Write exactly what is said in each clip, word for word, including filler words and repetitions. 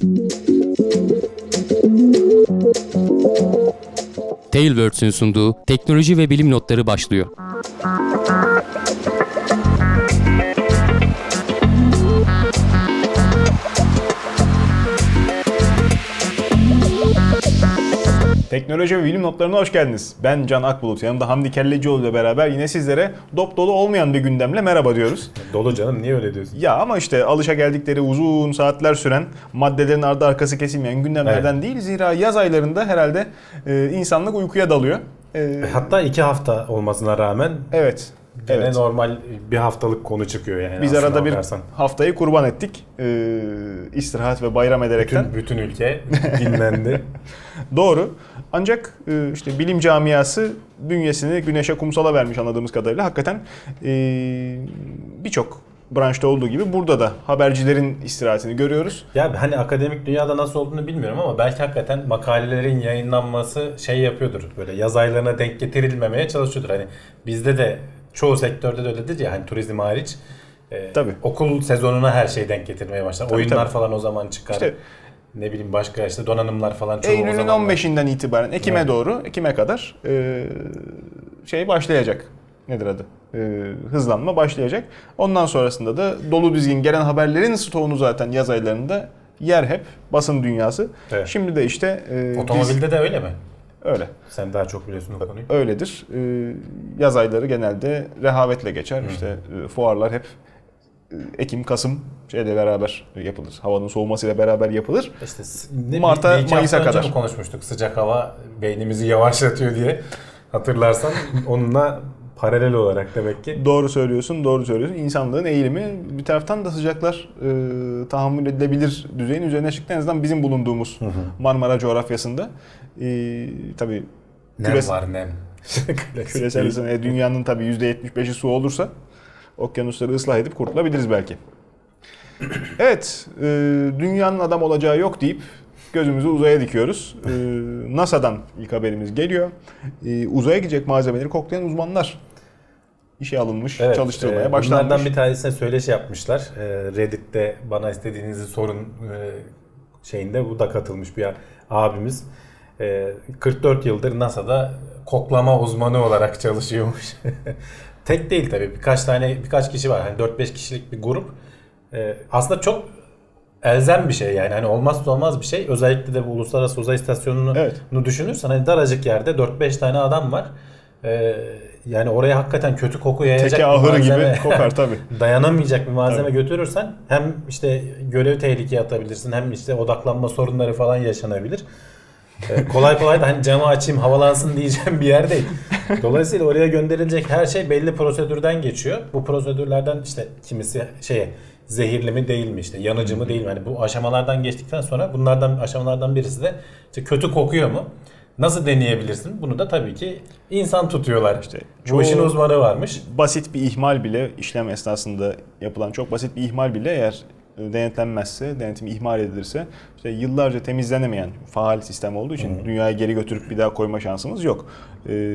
Tailwords'ün sunduğu teknoloji ve bilim notları başlıyor. Teknoloji ve bilim notlarına hoş geldiniz. Ben Can Akbulut. Yanımda Hamdi Kellecioğlu ile beraber yine sizlere dop dolu olmayan bir gündemle merhaba diyoruz. Dolu canım, niye öyle diyorsun? Ya ama işte alışageldikleri uzun saatler süren, maddelerin ardı arkası kesilmeyen gündemlerden Evet. değil. Zira yaz aylarında herhalde e, insanlık uykuya dalıyor. E, Hatta iki hafta olmasına rağmen evet. gene evet. normal bir haftalık konu çıkıyor yani. Biz arada bir bakarsan. haftayı kurban ettik. E, istirahat ve bayram ederekten. Bütün, bütün ülke dinlendi. Doğru. Ancak işte bilim camiası bünyesini güneşe, kumsala vermiş anladığımız kadarıyla. Hakikaten birçok branşta olduğu gibi burada da habercilerin istirahatini görüyoruz. Ya hani akademik dünyada nasıl olduğunu bilmiyorum ama belki hakikaten makalelerin yayınlanması şey yapıyordur. Böyle yaz aylarına denk getirilmemeye çalışıyordur. Hani bizde de çoğu sektörde de öyledir ya, hani turizm hariç. E, tabii. Okul sezonuna her şey denk getirmeye başlar. Tabii, Oyunlar tabii. falan o zaman çıkar. İşte, ne bileyim başka işte donanımlar falan çoğu Eylül'ün o zamanlar. on beşinden itibaren Ekim'e Evet. doğru, Ekim'e kadar e, şey başlayacak. Nedir adı? E, hızlanma başlayacak. Ondan sonrasında da dolu dizgin gelen haberlerin stoğunu zaten yaz aylarında yer hep basın dünyası. Evet. Şimdi de işte e, Otomobilde biz, de öyle mi? öyle. Sen daha çok biliyorsun o konuyu. Öyledir. E, yaz ayları genelde rehavetle geçer. Hı. İşte e, fuarlar hep e, Ekim, Kasım şeyle beraber yapılır. Havanın soğumasıyla beraber yapılır. İşte ne, Mart'a, bir, bir Mayıs'a kadar. Önce konuşmuştuk sıcak hava beynimizi yavaşlatıyor diye. Hatırlarsan onunla paralel olarak demek ki. Doğru söylüyorsun, doğru söylüyorsun. İnsanlığın eğilimi bir taraftan da sıcaklar e, tahammül edilebilir düzeyin üzerine çıktı. En azından bizim bulunduğumuz hı hı. Marmara coğrafyasında. E, tabii nem küres- var nem. küresel ısınma, e, dünyanın tabii yüzde yetmiş beşi su olursa okyanusları ıslah edip kurtulabiliriz belki. Evet, e, dünyanın adam olacağı yok deyip gözümüzü uzaya dikiyoruz. E, NASA'dan ilk haberimiz geliyor. E, uzaya gidecek malzemeleri koklayan uzmanlar işe alınmış, evet, çalıştırılmaya e, başlanmış. Bunlardan bir tanesine söyleşi yapmışlar. E, Reddit'te bana istediğinizi sorun e, şeyinde bu da katılmış bir abimiz. E, kırk dört yıldır NASA'da koklama uzmanı olarak çalışıyormuş. Tek değil tabii. Birkaç tane birkaç kişi var. Hani dört beş kişilik bir grup. Ee, aslında çok elzem bir şey yani. Hani olmazsa olmaz bir şey. Özellikle de bu Uluslararası Uzay İstasyonu'nu evet. düşünürsen hani daracık yerde dört beş tane adam var. Ee, yani oraya hakikaten kötü koku yayacak Teke bir ahırı malzeme, gibi kokar tabii. dayanamayacak bir malzeme tabii. götürürsen hem işte görev tehlikeye atabilirsin, hem işte odaklanma sorunları falan yaşanabilir. Ee, kolay kolay da hani camı açayım havalansın diyeceğim bir yer değil. Dolayısıyla oraya gönderilecek her şey belli prosedürden geçiyor. Bu prosedürlerden işte kimisi şeye zehirli mi değil mi, işte yanıcı mı değil mi? Yani bu aşamalardan geçtikten sonra bunlardan aşamalardan birisi de işte kötü kokuyor mu? Nasıl deneyebilirsin? Bunu da tabii ki insan tutuyorlar. İşte bu işin uzmanı varmış. Basit bir ihmal bile, işlem esnasında yapılan çok basit bir ihmal bile eğer denetlenmezse, denetim ihmal edilirse işte yıllarca temizlenemeyen faal sistem olduğu için hmm. dünyaya geri götürüp bir daha koyma şansımız yok. Ee,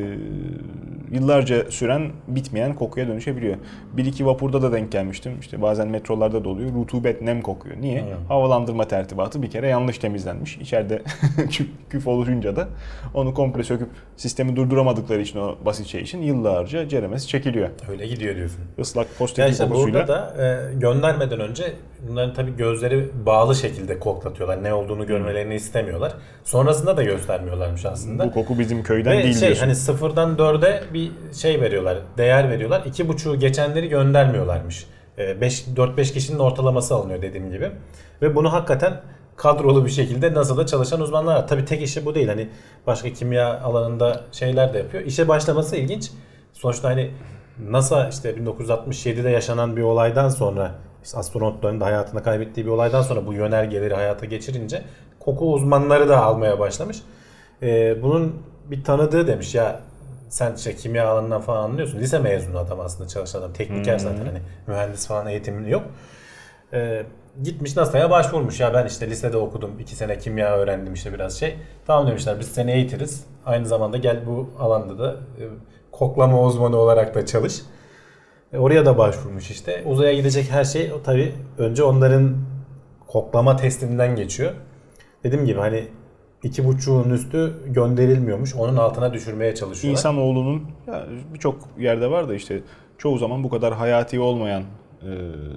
yıllarca süren, bitmeyen kokuya dönüşebiliyor. Bir iki vapurda da denk gelmiştim. İşte bazen metrolarda da oluyor. Rutubet, nem kokuyor. Niye? Hmm. Havalandırma tertibatı bir kere yanlış temizlenmiş. İçeride küf oluşunca da onu komple söküp sistemi durduramadıkları için, o basit şey için yıllarca ceremesi çekiliyor. Öyle gidiyor diyorsun. Islak postetin işte kokusuyla. Burada da e, göndermeden önce bunların tabii gözleri bağlı şekilde koklatıyorlar. Ne olduğunu görmelerini istemiyorlar. Sonrasında da göstermiyorlarmış aslında. Bu koku bizim köyden Ve değil şey, diyorsun. hani sıfırdan dörde bir şey veriyorlar, değer veriyorlar. İki buçuğu geçenleri göndermiyorlarmış. dört beş kişinin ortalaması alınıyor dediğim gibi. Ve bunu hakikaten kadrolu bir şekilde NASA'da çalışan uzmanlar var. Tabii tek işi bu değil. Hani başka kimya alanında şeyler de yapıyor. İşe başlaması ilginç. Sonuçta hani NASA işte bin dokuz yüz altmış yedide yaşanan bir olaydan sonra, işte astronotların da hayatını kaybettiği bir olaydan sonra bu yönergeleri hayata geçirince koku uzmanları da almaya başlamış. Ee, bunun bir tanıdığı demiş ya, sen işte kimya alanından falan anlıyorsun. Lise mezunu adam aslında, çalışan adam. Tekniker hmm. zaten, hani mühendis falan eğitimin yok. Ee, gitmiş NASA'ya başvurmuş. Ya ben işte lisede okudum. iki sene kimya öğrendim işte biraz şey. Tamam demişler, biz seni eğitiriz. Aynı zamanda gel bu alanda da e, koklama uzmanı olarak da çalış. E, oraya da başvurmuş işte. Uzaya gidecek her şey tabii önce onların koklama testinden geçiyor. Dediğim gibi hani iki buçuğun üstü gönderilmiyormuş. Onun altına düşürmeye çalışıyorlar. İnsanoğlunun ya birçok yerde var da işte çoğu zaman bu kadar hayati olmayan e,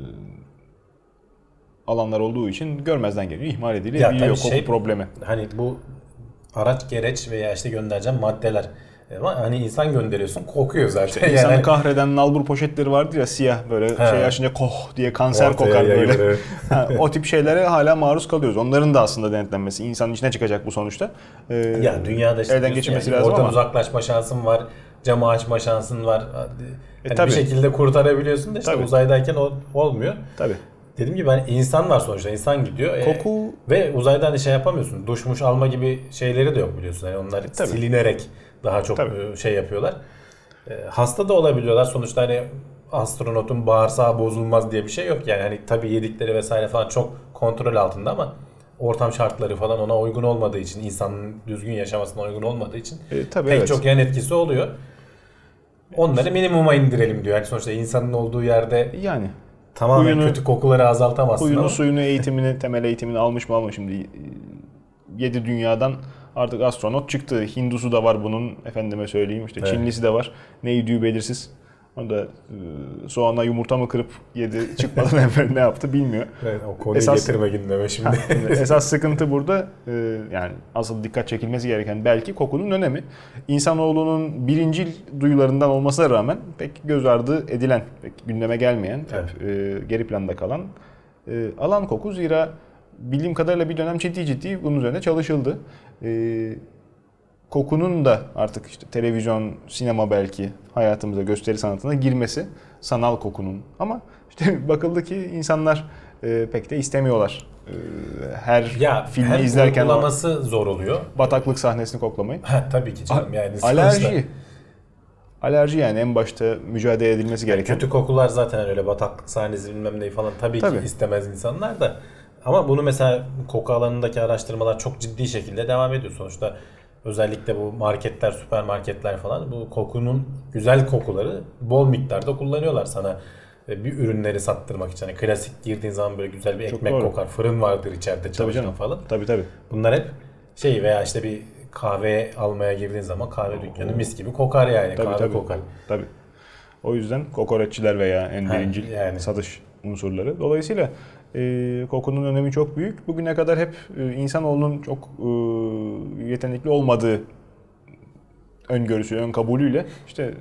alanlar olduğu için görmezden geliyor, ihmal ediliyor, biliyor koku şey, problemi. Hani bu araç gereç veya işte göndereceğim maddeler. Ama hani insan gönderiyorsun, kokuyor zaten. İşte insanı yani, kahreden nalbur poşetleri vardır ya, siyah böyle he. şey açınca koh diye kanser ortaya kokar böyle. Evet. Ha, o tip şeylere hala maruz kalıyoruz. Onların da aslında denetlenmesi, insanın içine çıkacak bu sonuçta. Ee, ya dünyada işte elden geçirmesi yani, lazım oradan ama. uzaklaşma şansın var, camı açma şansın var. E, yani bir şekilde kurtarabiliyorsun da işte tabii. Uzaydayken o olmuyor. Tabii. Dediğim gibi hani insan var sonuçta, insan gidiyor. Koku e, ve uzayda hani şey yapamıyorsun. Duşmuş alma gibi şeyleri de yok biliyorsun. Yani onlar tabii. silinerek daha çok tabii. şey yapıyorlar. E, hasta da olabiliyorlar. Sonuçta hani astronotun bağırsağı bozulmaz diye bir şey yok. Yani hani tabii yedikleri vesaire falan çok kontrol altında ama ortam şartları falan ona uygun olmadığı için, insanın düzgün yaşamasına uygun olmadığı için e, tabii pek evet. çok yan etkisi oluyor. Onları minimuma indirelim diyor. Yani sonuçta insanın olduğu yerde yani tamamen huyunu, kötü kokuları azaltamazsın huyunu, ama. suyunu, eğitimini, temel eğitimini almış mı almış şimdi yedi dünyadan artık astronot çıktı. Hindusu da var bunun, efendime söyleyeyim işte evet. Çinlisi de var. Ne yediği belirsiz. O da e, soğanla yumurta mı kırıp yedi, çıkmadan evvel ne yaptı bilmiyor. Evet, o konuyu esas, getirme gündeme şimdi. Esas sıkıntı burada e, yani asıl dikkat çekilmesi gereken belki kokunun önemi. İnsanoğlunun birincil duyularından olmasına rağmen pek göz ardı edilen, pek gündeme gelmeyen, evet. e, geri planda kalan e, alan koku. Zira bildiğim kadarıyla bir dönem ciddi ciddi bunun üzerine çalışıldı. E, kokunun da artık işte televizyon, sinema belki hayatımıza, gösteri sanatına girmesi, sanal kokunun. Ama işte bakıldı ki insanlar e, pek de istemiyorlar. E, her ya, filmi izlerken uygulaması zor oluyor. Bataklık sahnesini koklamayı. Ha, tabii ki canım yani. Alerji. Sonuçta. Alerji yani en başta mücadele edilmesi gereken. Kötü kokular zaten öyle, bataklık sahnesi bilmem ne falan tabii, tabii ki istemez insanlar da. Ama bunu mesela koku alanındaki araştırmalar çok ciddi şekilde devam ediyor sonuçta. Özellikle bu marketler, süpermarketler falan bu kokunun, güzel kokuları bol miktarda kullanıyorlar sana bir ürünleri sattırmak için. Yani klasik girdiğin zaman böyle güzel bir ekmek çok kokar, fırın vardır içeride çalışan falan. Tabii tabii. Bunlar hep şey veya işte bir kahve almaya girdiğin zaman kahve dükkanı mis gibi kokar yani. Tabii, kahve tabii. kokar. Tabii. O yüzden kokoreççiler veya en birincil yani. satış unsurları. Dolayısıyla E, kokunun önemi çok büyük. Bugüne kadar hep e, insanoğlunun çok e, yetenekli olmadığı öngörüsü, ön kabulüyle işte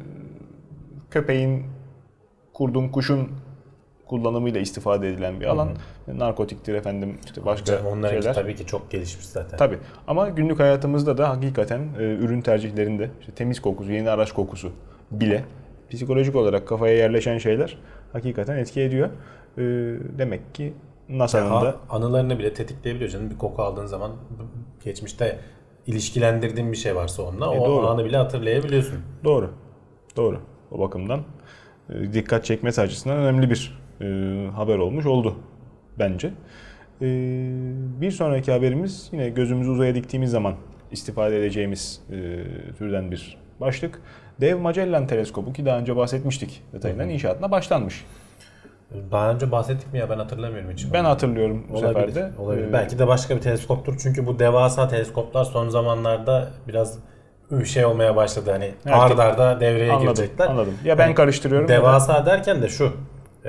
köpeğin, kurdun, kuşun kullanımıyla istifade edilen bir alan. Hı hı. Narkotiktir efendim, işte başka Canım, onların şeyler. Tabii ki çok gelişmiş zaten. Tabii. Ama günlük hayatımızda da hakikaten e, ürün tercihlerinde işte temiz kokusu, yeni araç kokusu bile psikolojik olarak kafaya yerleşen şeyler hakikaten etki ediyor. Demek ki NASA'nın da anılarını bile tetikleyebiliyor canım. Bir koku aldığın zaman geçmişte ilişkilendirdiğin bir şey varsa onunla e, o doğru. anı bile hatırlayabiliyorsun. Doğru. Doğru. O bakımdan dikkat çekmesi açısından önemli bir e, haber olmuş oldu bence. E, bir sonraki haberimiz yine gözümüzü uzaya diktiğimiz zaman istifade edeceğimiz e, türden bir başlık. Dev Magellan teleskobu ki daha önce bahsetmiştik detayından inşaatına başlanmış. Daha önce bahsettik mi ya, ben hatırlamıyorum hiç. Ben hatırlıyorum bu olabilir, seferde. Olabilir. Ee, Belki de başka bir teleskoptur çünkü bu devasa teleskoplar son zamanlarda biraz şey olmaya başladı hani evet, ard arda devreye anladım, girecekler. Anladım. Ya ben hani karıştırıyorum. Devasa ya da... derken de şu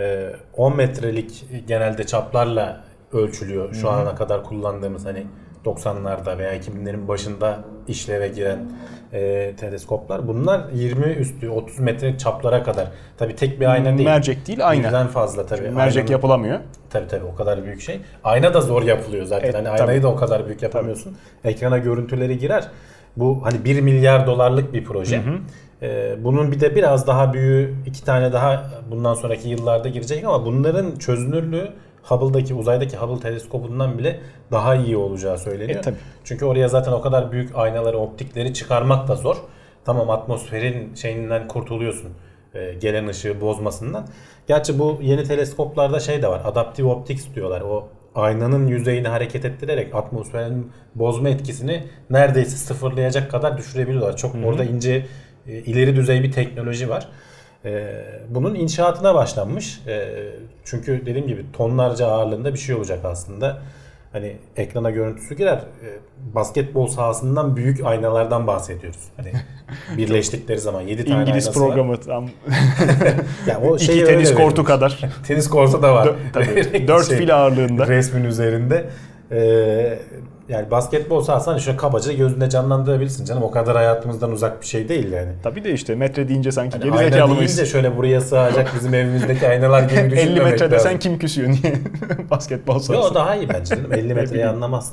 on metrelik genelde çaplarla ölçülüyor şu Hı-hı. ana kadar kullandığımız hani doksanlarda veya iki binlerin başında işleve giren e, teleskoplar. Bunlar yirmi üstü otuz metre çaplara kadar. Tabii tek bir ayna değil. Mercek değil, ayna. Birden fazla tabii. Çünkü mercek Aynanın, yapılamıyor. Tabii tabii o kadar büyük şey. Ayna da zor yapılıyor zaten. Evet, hani tabii. Aynayı da o kadar büyük yapamıyorsun. Tabii. Ekrana görüntüleri girer. Bu hani bir milyar dolarlık bir proje. Hı hı. Ee, bunun bir de biraz daha büyüğü, iki tane daha bundan sonraki yıllarda girecek ama bunların çözünürlüğü Hubble'daki, uzaydaki Hubble teleskobundan bile daha iyi olacağı söyleniyor. E, tabii. Çünkü oraya zaten o kadar büyük aynaları, optikleri çıkarmak da zor. Tamam, atmosferin şeyinden kurtuluyorsun. E, gelen ışığı bozmasından. Gerçi bu yeni teleskoplarda şey de var. Adaptive optics diyorlar. O aynanın yüzeyini hareket ettirerek atmosferin bozma etkisini neredeyse sıfırlayacak kadar düşürebiliyorlar. Çok Hı-hı. orada ince, e, ileri düzey bir teknoloji var. E, bunun inşaatına başlanmış. E, çünkü dediğim gibi tonlarca ağırlığında bir şey olacak aslında. Hani ekrana görüntüsü girer. E, basketbol sahasından büyük aynalardan bahsediyoruz. Hani birleştikleri zaman yedi tane İngiliz aynası programı var. tam Yani o iki şey tenis kortu kadar. Tenis kortu da var. Dö- tabii. Dört Şey, fil ağırlığında. Resmin üzerinde. Ee, yani basketbol sahası hani şöyle kabaca gözünde canlandırabilirsin canım. O kadar hayatımızdan uzak bir şey değil yani. Tabii de işte metre deyince sanki Hani geri ayna zekalı deyince mıyız? şöyle buraya sığacak bizim evimizdeki aynalar gibi düşünmemek elli metre desen lazım. kim küsüyor niye? Basketbol sahası. Yo, o daha iyi bence canım. elli metreyi bileyim. anlamazsın.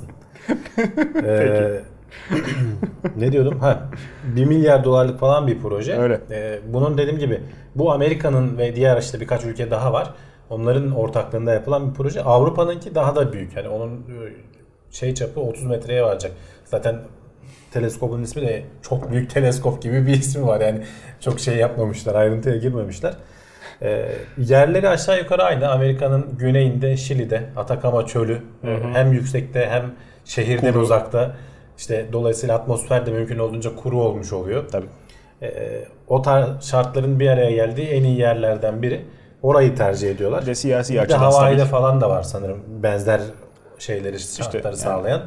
Ee, ne diyordum? Ha, bir milyar dolarlık falan bir proje. Öyle. Ee, bunun dediğim gibi bu Amerika'nın ve diğer işte birkaç ülke daha var. Onların ortaklığında yapılan bir proje. Avrupa'nınki daha da büyük. Yani onun şey çapı otuz metreye varacak. Zaten teleskopun ismi de çok büyük teleskop gibi bir ismi var. Yani çok şey yapmamışlar, ayrıntıya girmemişler. Ee, yerleri aşağı yukarı aynı. Amerika'nın güneyinde, Şili'de, Atakama Çölü. Hı hı. Hem yüksekte hem şehirden kuru. Uzakta. İşte dolayısıyla atmosfer de mümkün olduğunca kuru olmuş oluyor. Tabii. Ee, o tarz şartların bir araya geldiği en iyi yerlerden biri. Orayı tercih ediyorlar. Bir de siyasi bir açıdan de Hawaii'de stabil. falan da var sanırım benzer şeyleri, şartları yani sağlayan.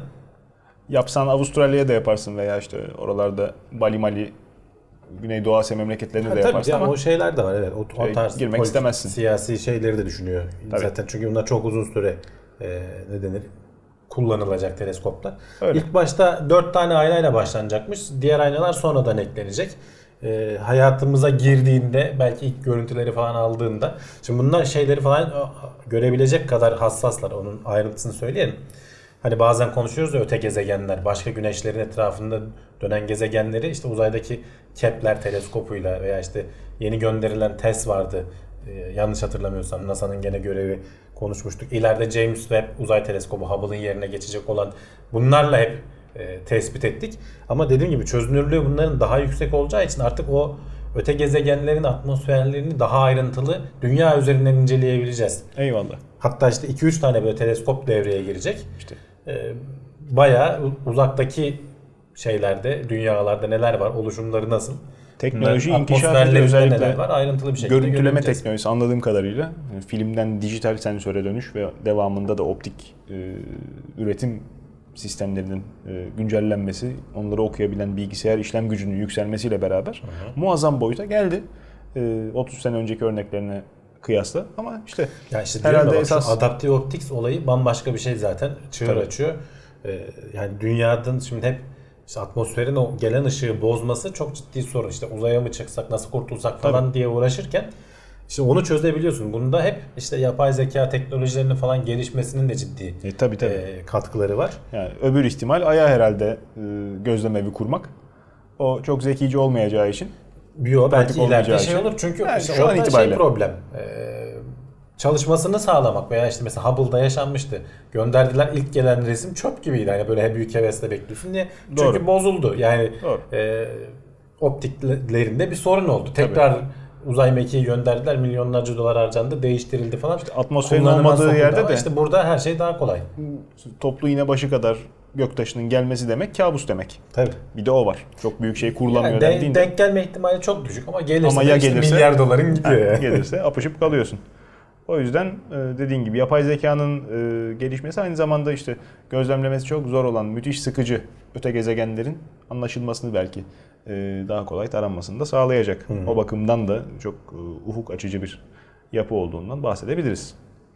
Yapsan Avustralya'ya da yaparsın veya işte oralarda Bali Mali Güneydoğu Asya memleketlerinde Ha, de tabii yaparsın ya, ama o şeyler de var evet. O, o tarz girmek politik, istemezsin. siyasi şeyleri de düşünüyor. Tabii. Zaten çünkü bunlar çok uzun süre e, ne denir kullanılacak teleskoplar. Öyle. İlk başta dört tane aynayla başlanacakmış. Diğer aynalar sonradan eklenecek. E, hayatımıza girdiğinde belki ilk görüntüleri falan aldığında şimdi bunlar şeyleri falan görebilecek kadar hassaslar. Onun ayrıntısını söyleyelim. Hani bazen konuşuyoruz ya öte gezegenler, başka güneşlerin etrafında dönen gezegenleri işte uzaydaki Kepler teleskopuyla veya işte yeni gönderilen TESS vardı. Ee, yanlış hatırlamıyorsam NASA'nın gene görevi konuşmuştuk. İleride James Webb uzay teleskobu Hubble'ın yerine geçecek olan bunlarla hep e, tespit ettik. Ama dediğim gibi çözünürlüğü bunların daha yüksek olacağı için artık o öte gezegenlerin atmosferlerini daha ayrıntılı dünya üzerinden inceleyebileceğiz. Eyvallah. Hatta işte iki üç tane böyle teleskop devreye girecek. İşte. Ee, bayağı uzaktaki şeylerde, dünyalarda neler var, oluşumları nasıl? Teknoloji Bunlar, inkişaf ediyor, atmosferlerinde özellikle neler var ayrıntılı bir şekilde görüntüleme görebileceğiz. teknolojisi anladığım kadarıyla yani filmden dijital sensöre dönüş ve devamında da optik e, üretim sistemlerinin e, güncellenmesi, onları okuyabilen bilgisayar işlem gücünün yükselmesiyle beraber hı hı. muazzam boyuta geldi. E, otuz sene önceki örneklerine kıyasla ama işte, ya işte herhalde bak, esas adaptive optics olayı bambaşka bir şey zaten. Çığır Tabii. açıyor. Ee, yani dünyanın şimdi hep işte atmosferin o gelen ışığı bozması çok ciddi sorun. İşte uzaya mı çıksak, nasıl kurtulsak falan Tabii. diye uğraşırken işte onu çözebiliyorsun. Bunda hep işte yapay zeka teknolojilerinin falan gelişmesinin de ciddi e, tabii, tabii. E, katkıları var. Yani öbür ihtimal Ay'a herhalde e, gözlemevi kurmak. O çok zekice olmayacağı için. Yo, belki ileride şey olur çünkü yani işte şu an itibariyle şey problem. Ee, çalışmasını sağlamak veya işte mesela Hubble'da yaşanmıştı. Gönderdiler, ilk gelen resim çöp gibiydi. Yani böyle büyük hevesle bekliyorsun diye. Çünkü Doğru. bozuldu. Yani e, optiklerinde bir sorun oldu. Tekrar Tabii. uzay mekiği gönderdiler. Milyonlarca dolar harcandı. Değiştirildi falan. İşte atmosferin olmadığı yerde de işte burada her şey daha kolay. Toplu iğne başı kadar göktaşının gelmesi demek kabus demek. Tabii. Bir de o var. Çok büyük şey kurulamıyor yani dendiğinde. Denk gelme ihtimali çok düşük ama gelirse, ama ya işte gelirse, milyar doların gidiyor. Yani. Gelirse apışıp kalıyorsun. O yüzden dediğin gibi yapay zekanın gelişmesi aynı zamanda işte gözlemlemesi çok zor olan müthiş sıkıcı öte gezegenlerin anlaşılmasını belki daha kolay taranmasını da sağlayacak. Hmm. O bakımdan da çok ufuk açıcı bir yapı olduğundan bahsedebiliriz.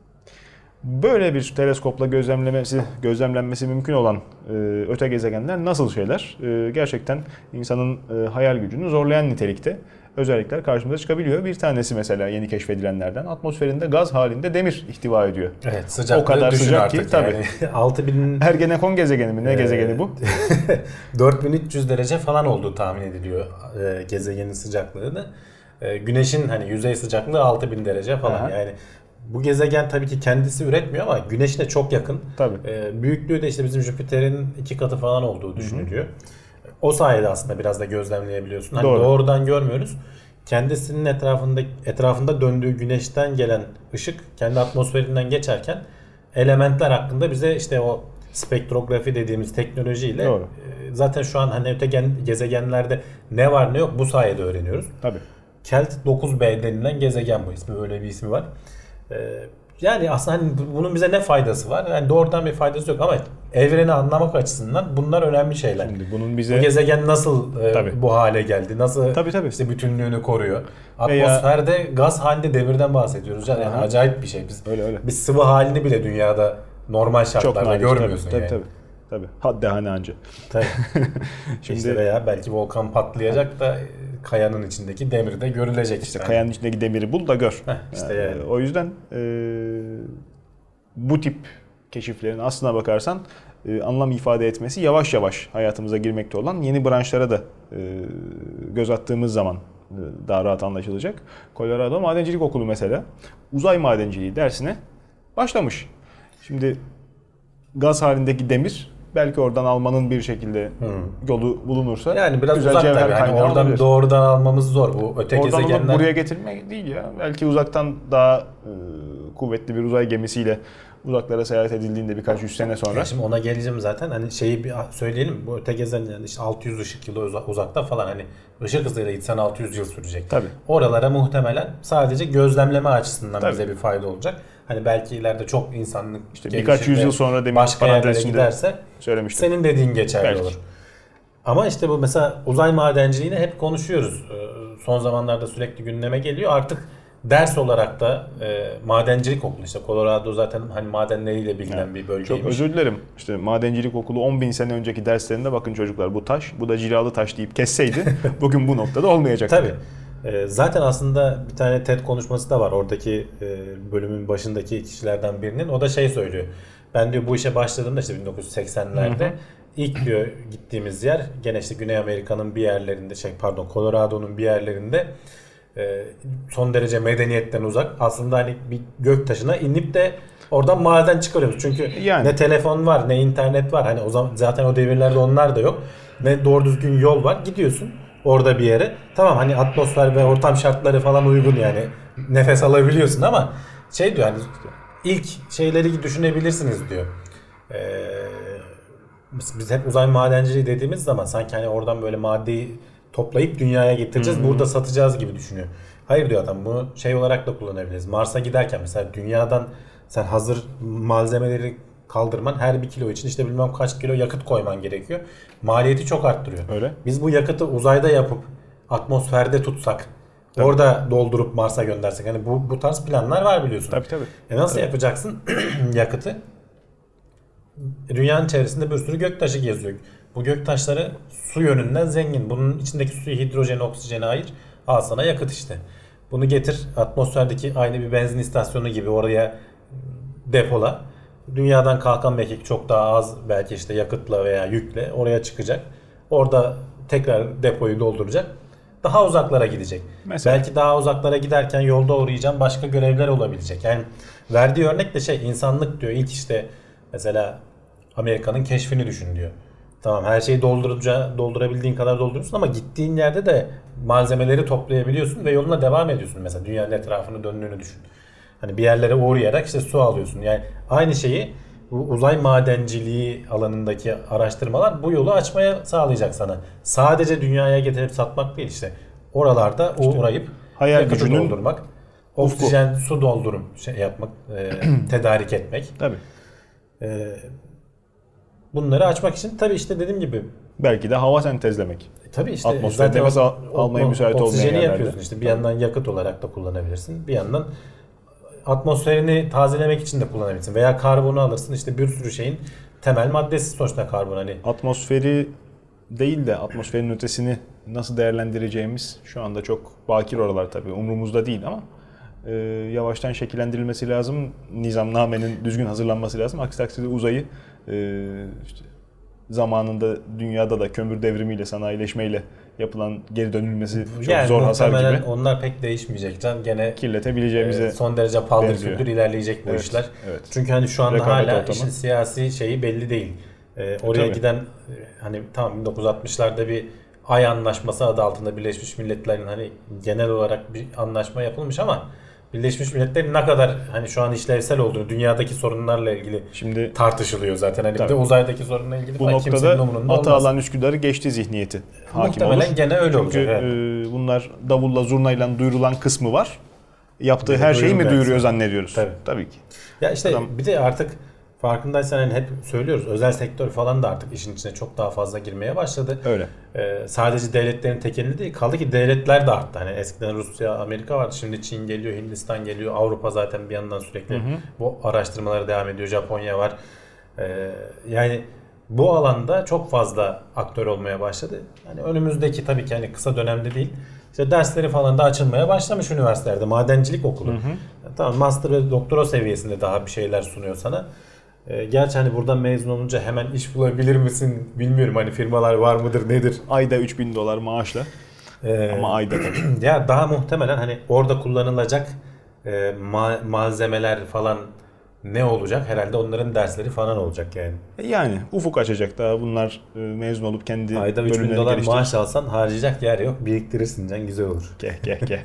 Böyle bir teleskopla gözlemlemesi, gözlemlenmesi mümkün olan e, öte gezegenler nasıl şeyler? E, gerçekten insanın e, hayal gücünü zorlayan nitelikte özellikler karşımıza çıkabiliyor. Bir tanesi mesela yeni keşfedilenlerden atmosferinde gaz halinde demir ihtiva ediyor. Evet, sıcaklığı o kadar sıcak ki tabii. Yani altı bin Ergenekon gezegeni mi? Ne ee, gezegeni bu? dört bin üç yüz derece falan olduğu tahmin ediliyor e, gezegenin sıcaklığını. E, güneşin hani yüzey sıcaklığı altı bin derece falan. Aha. Yani bu gezegen tabii ki kendisi üretmiyor ama Güneş'e çok yakın. Tabii. E, büyüklüğü de işte bizim Jüpiter'in iki katı falan olduğu düşünülüyor. Hı-hı. O sayede aslında biraz da gözlemleyebiliyorsun. Hani Doğru. doğrudan görmüyoruz. Kendisinin etrafında etrafında döndüğü Güneş'ten gelen ışık kendi atmosferinden geçerken elementler hakkında bize işte o spektrografi dediğimiz teknolojiyle Doğru. e, zaten şu an hani öte gezegenlerde ne var ne yok bu sayede öğreniyoruz. Tabii. Kelt dokuz b denilen gezegen bu ismi. Böyle bir ismi var. Ee, yani aslında hani bunun bize ne faydası var? Yani doğrudan bir faydası yok ama evreni anlamak açısından bunlar önemli şeyler. Şimdi bunun bize bu gezegen nasıl e, bu hale geldi? Nasıl tabii, tabii. işte bütünlüğünü koruyor? Atmosferde Veya... gaz halinde demirden bahsediyoruz. Yani Aha. acayip bir şey. Biz, öyle öyle. Biz sıvı halini bile dünyada normal şartlarda görmüyorsun. Tabii yani. tabii. Tabii. Haddi hani anca. Tabii. Şimdi işte veya belki volkan patlayacak da kayanın içindeki demir de görülecek. İşte yani. Kayanın içindeki demiri bul da gör. Heh, işte yani. Yani. O yüzden e, bu tip keşiflerin aslına bakarsan e, anlam ifade etmesi yavaş yavaş hayatımıza girmekte olan yeni branşlara da e, göz attığımız zaman e, daha rahat anlaşılacak. Colorado Madencilik Okulu mesela uzay madenciliği dersine başlamış. Şimdi gaz halindeki demir belki oradan almanın bir şekilde hmm. yolu bulunursa yani biraz uzak tabii. Yani oradan olabilir. Doğrudan almamız zor. Bu öte oradan gezegenler buraya getirmek değil ya. Belki uzaktan daha e, kuvvetli bir uzay gemisiyle uzaklara seyahat edildiğinde birkaç yüz sene sonra. Ya şimdi ona geleceğim zaten. Hani şeyi bir söyleyelim. Bu öte gezegen yani işte altı yüz ışık yılı uzakta falan, hani ışık hızıyla gitsen altı yüz yıl sürecek. Tabii. Oralara muhtemelen sadece gözlemleme açısından Tabii. bize bir fayda olacak. Hani belki ileride çok insanlık işte birkaç yüzyıl sonra demin başka yerlere giderse söylemiştim. Senin dediğin geçerli belki. olur. Ama işte bu mesela uzay madenciliğini hep konuşuyoruz. Son zamanlarda sürekli gündeme geliyor. Artık ders olarak da e, madencilik okulu, işte Colorado zaten hani madenleriyle bilinen yani, bir bölgeymiş. Çok özür dilerim. İşte madencilik okulu on bin sene önceki derslerinde bakın çocuklar bu taş, bu da cilalı taş deyip kesseydi bugün bu noktada olmayacaktı. Tabii. E, zaten aslında bir tane TED konuşması da var. Oradaki e, bölümün başındaki kişilerden birinin. O da şey söylüyor. Ben diyor bu işe başladığımda işte bin dokuz yüz seksenlerde hı hı. ilk diyor gittiğimiz yer gene işte Güney Amerika'nın bir yerlerinde, şey pardon Colorado'nun bir yerlerinde son derece medeniyetten uzak. Aslında hani bir göktaşına inip de oradan maden çıkarıyoruz. Çünkü yani. Ne telefon var, ne internet var. Hani o zaman zaten o devirlerde onlar da yok. Ne doğru düzgün yol var. Gidiyorsun orada bir yere. Tamam hani atmosfer ve ortam şartları falan uygun yani. Nefes alabiliyorsun ama şey diyor hani ilk şeyleri düşünebilirsiniz diyor. Ee, biz hep uzay madenciliği dediğimiz zaman sanki hani oradan böyle maddeyi toplayıp dünyaya getireceğiz. Hmm. Burada satacağız gibi düşünüyor. Hayır diyor adam, bunu şey olarak da kullanabiliriz. Mars'a giderken mesela dünyadan sen hazır malzemeleri kaldırman, her bir kilo için işte bilmem kaç kilo yakıt koyman gerekiyor. Maliyeti çok arttırıyor. Öyle. Biz bu yakıtı uzayda yapıp atmosferde tutsak, tabii. orada doldurup Mars'a göndersek. Hani bu bu tarz planlar var biliyorsun. Tabii tabii. E nasıl tabii. yapacaksın yakıtı? Dünyanın çevresinde bir sürü göktaşı geziyor. Bu göktaşları su yönünden zengin. Bunun içindeki suyu hidrojeni, oksijeni ayır. Al sana yakıt işte. Bunu getir atmosferdeki aynı bir benzin istasyonu gibi oraya depola. Dünyadan kalkan mekik çok daha az belki işte yakıtla veya yükle oraya çıkacak. Orada tekrar depoyu dolduracak. Daha uzaklara gidecek. Mesela. Belki daha uzaklara giderken yolda uğrayacağım başka görevler olabilecek. Yani verdiği örnek de şey, insanlık diyor ilk işte mesela Amerika'nın keşfini düşün diyor. Tamam her şeyi doldurunca doldurabildiğin kadar dolduruyorsun ama gittiğin yerde de malzemeleri toplayabiliyorsun ve yoluna devam ediyorsun. Mesela dünyanın etrafını döndüğünü düşün. Hani bir yerlere uğrayarak işte su alıyorsun. Yani aynı şeyi bu uzay madenciliği alanındaki araştırmalar bu yolu açmaya sağlayacak sana. Sadece dünyaya getirip satmak değil işte. Oralarda işte uğrayıp hayal gücünü doldurmak, oksijen, su doldurum şey yapmak, e, tedarik etmek. Tabii. E, bunları açmak için tabii işte dediğim gibi belki de hava sentezlemek. E, tabii işte atmosferde nefes al- almaya müsait olmayan yerlerde. Oksijeni yapıyorsun işte. Bir yandan yakıt olarak da kullanabilirsin. Bir yandan atmosferini tazelemek için de kullanabilirsin. Veya karbonu alırsın. İşte bir sürü şeyin temel maddesi sonuçta karbon. Hani atmosferi değil de atmosferin ötesini nasıl değerlendireceğimiz şu anda çok bakir oralar tabii. Umrumuzda değil ama e, yavaştan şekillendirilmesi lazım. Nizamnamenin düzgün hazırlanması lazım. Aksi takdirde uzayı e, işte zamanında dünyada da kömür devrimiyle, sanayileşmeyle yapılan geri dönülmesi çok yani zor hasar gibi. Onlar pek değişmeyecek. Can gene kirletebileceğimize e, son derece paldır küldür ilerleyecek bu evet, işler. Evet. Çünkü hani şu anda rekabet hala ortamı. işin siyasi şeyi belli değil. E, oraya Tabii. giden hani tam bin dokuz yüz altmışlarda bir Ay Anlaşması adı altında Birleşmiş Milletler'in hani genel olarak bir anlaşma yapılmış ama Birleşmiş Milletler'in ne kadar hani şu an işlevsel olduğunu, dünyadaki sorunlarla ilgili Şimdi tartışılıyor zaten. Hani tabii. bir de uzaydaki sorunla ilgili bu falan kimsenin noktada umurunda ata olmaz. alan Üsküdar'ı geçti zihniyeti hakim Muhtemelen olur. gene öyle Çünkü olacak. Evet. e, bunlar davulla zurnayla duyurulan kısmı var. Yaptığı Bir de her şeyi mi duyurmayan duyuruyor kısmı. zannediyoruz? Tabii. Tabii ki. Ya işte Adam- bir de artık farkındaysan hani hep söylüyoruz, özel sektör falan da artık işin içine çok daha fazla girmeye başladı. Öyle. Ee, sadece devletlerin tekelinde değil, kaldı ki devletler de arttı. Hani eskiden Rusya, Amerika vardı, şimdi Çin geliyor, Hindistan geliyor, Avrupa zaten bir yandan sürekli bu araştırmalara devam ediyor, Japonya var. Ee, yani bu alanda çok fazla aktör olmaya başladı. Hani önümüzdeki tabii ki hani kısa dönemde değil. İşte dersleri falan da açılmaya başlamış üniversitelerde. Madencilik okulu. Hı hı. Tamam, master ve doktora seviyesinde daha bir şeyler sunuyor sana. Ee, gerçi hani buradan mezun olunca hemen iş bulabilir misin bilmiyorum. Hani firmalar var mıdır nedir? Ayda üç bin dolar maaşla. Ee, Ama ayda tabii. Ya daha muhtemelen hani orada kullanılacak e, ma- malzemeler falan ne olacak? Herhalde onların dersleri falan olacak yani. Yani ufuk açacak daha bunlar e, mezun olup kendi Ayda üç bin bölümlerini dolar geliştirecek. maaş alsan harcayacak yer yok. Biriktirirsin can, güzel olur. Gel gel gel.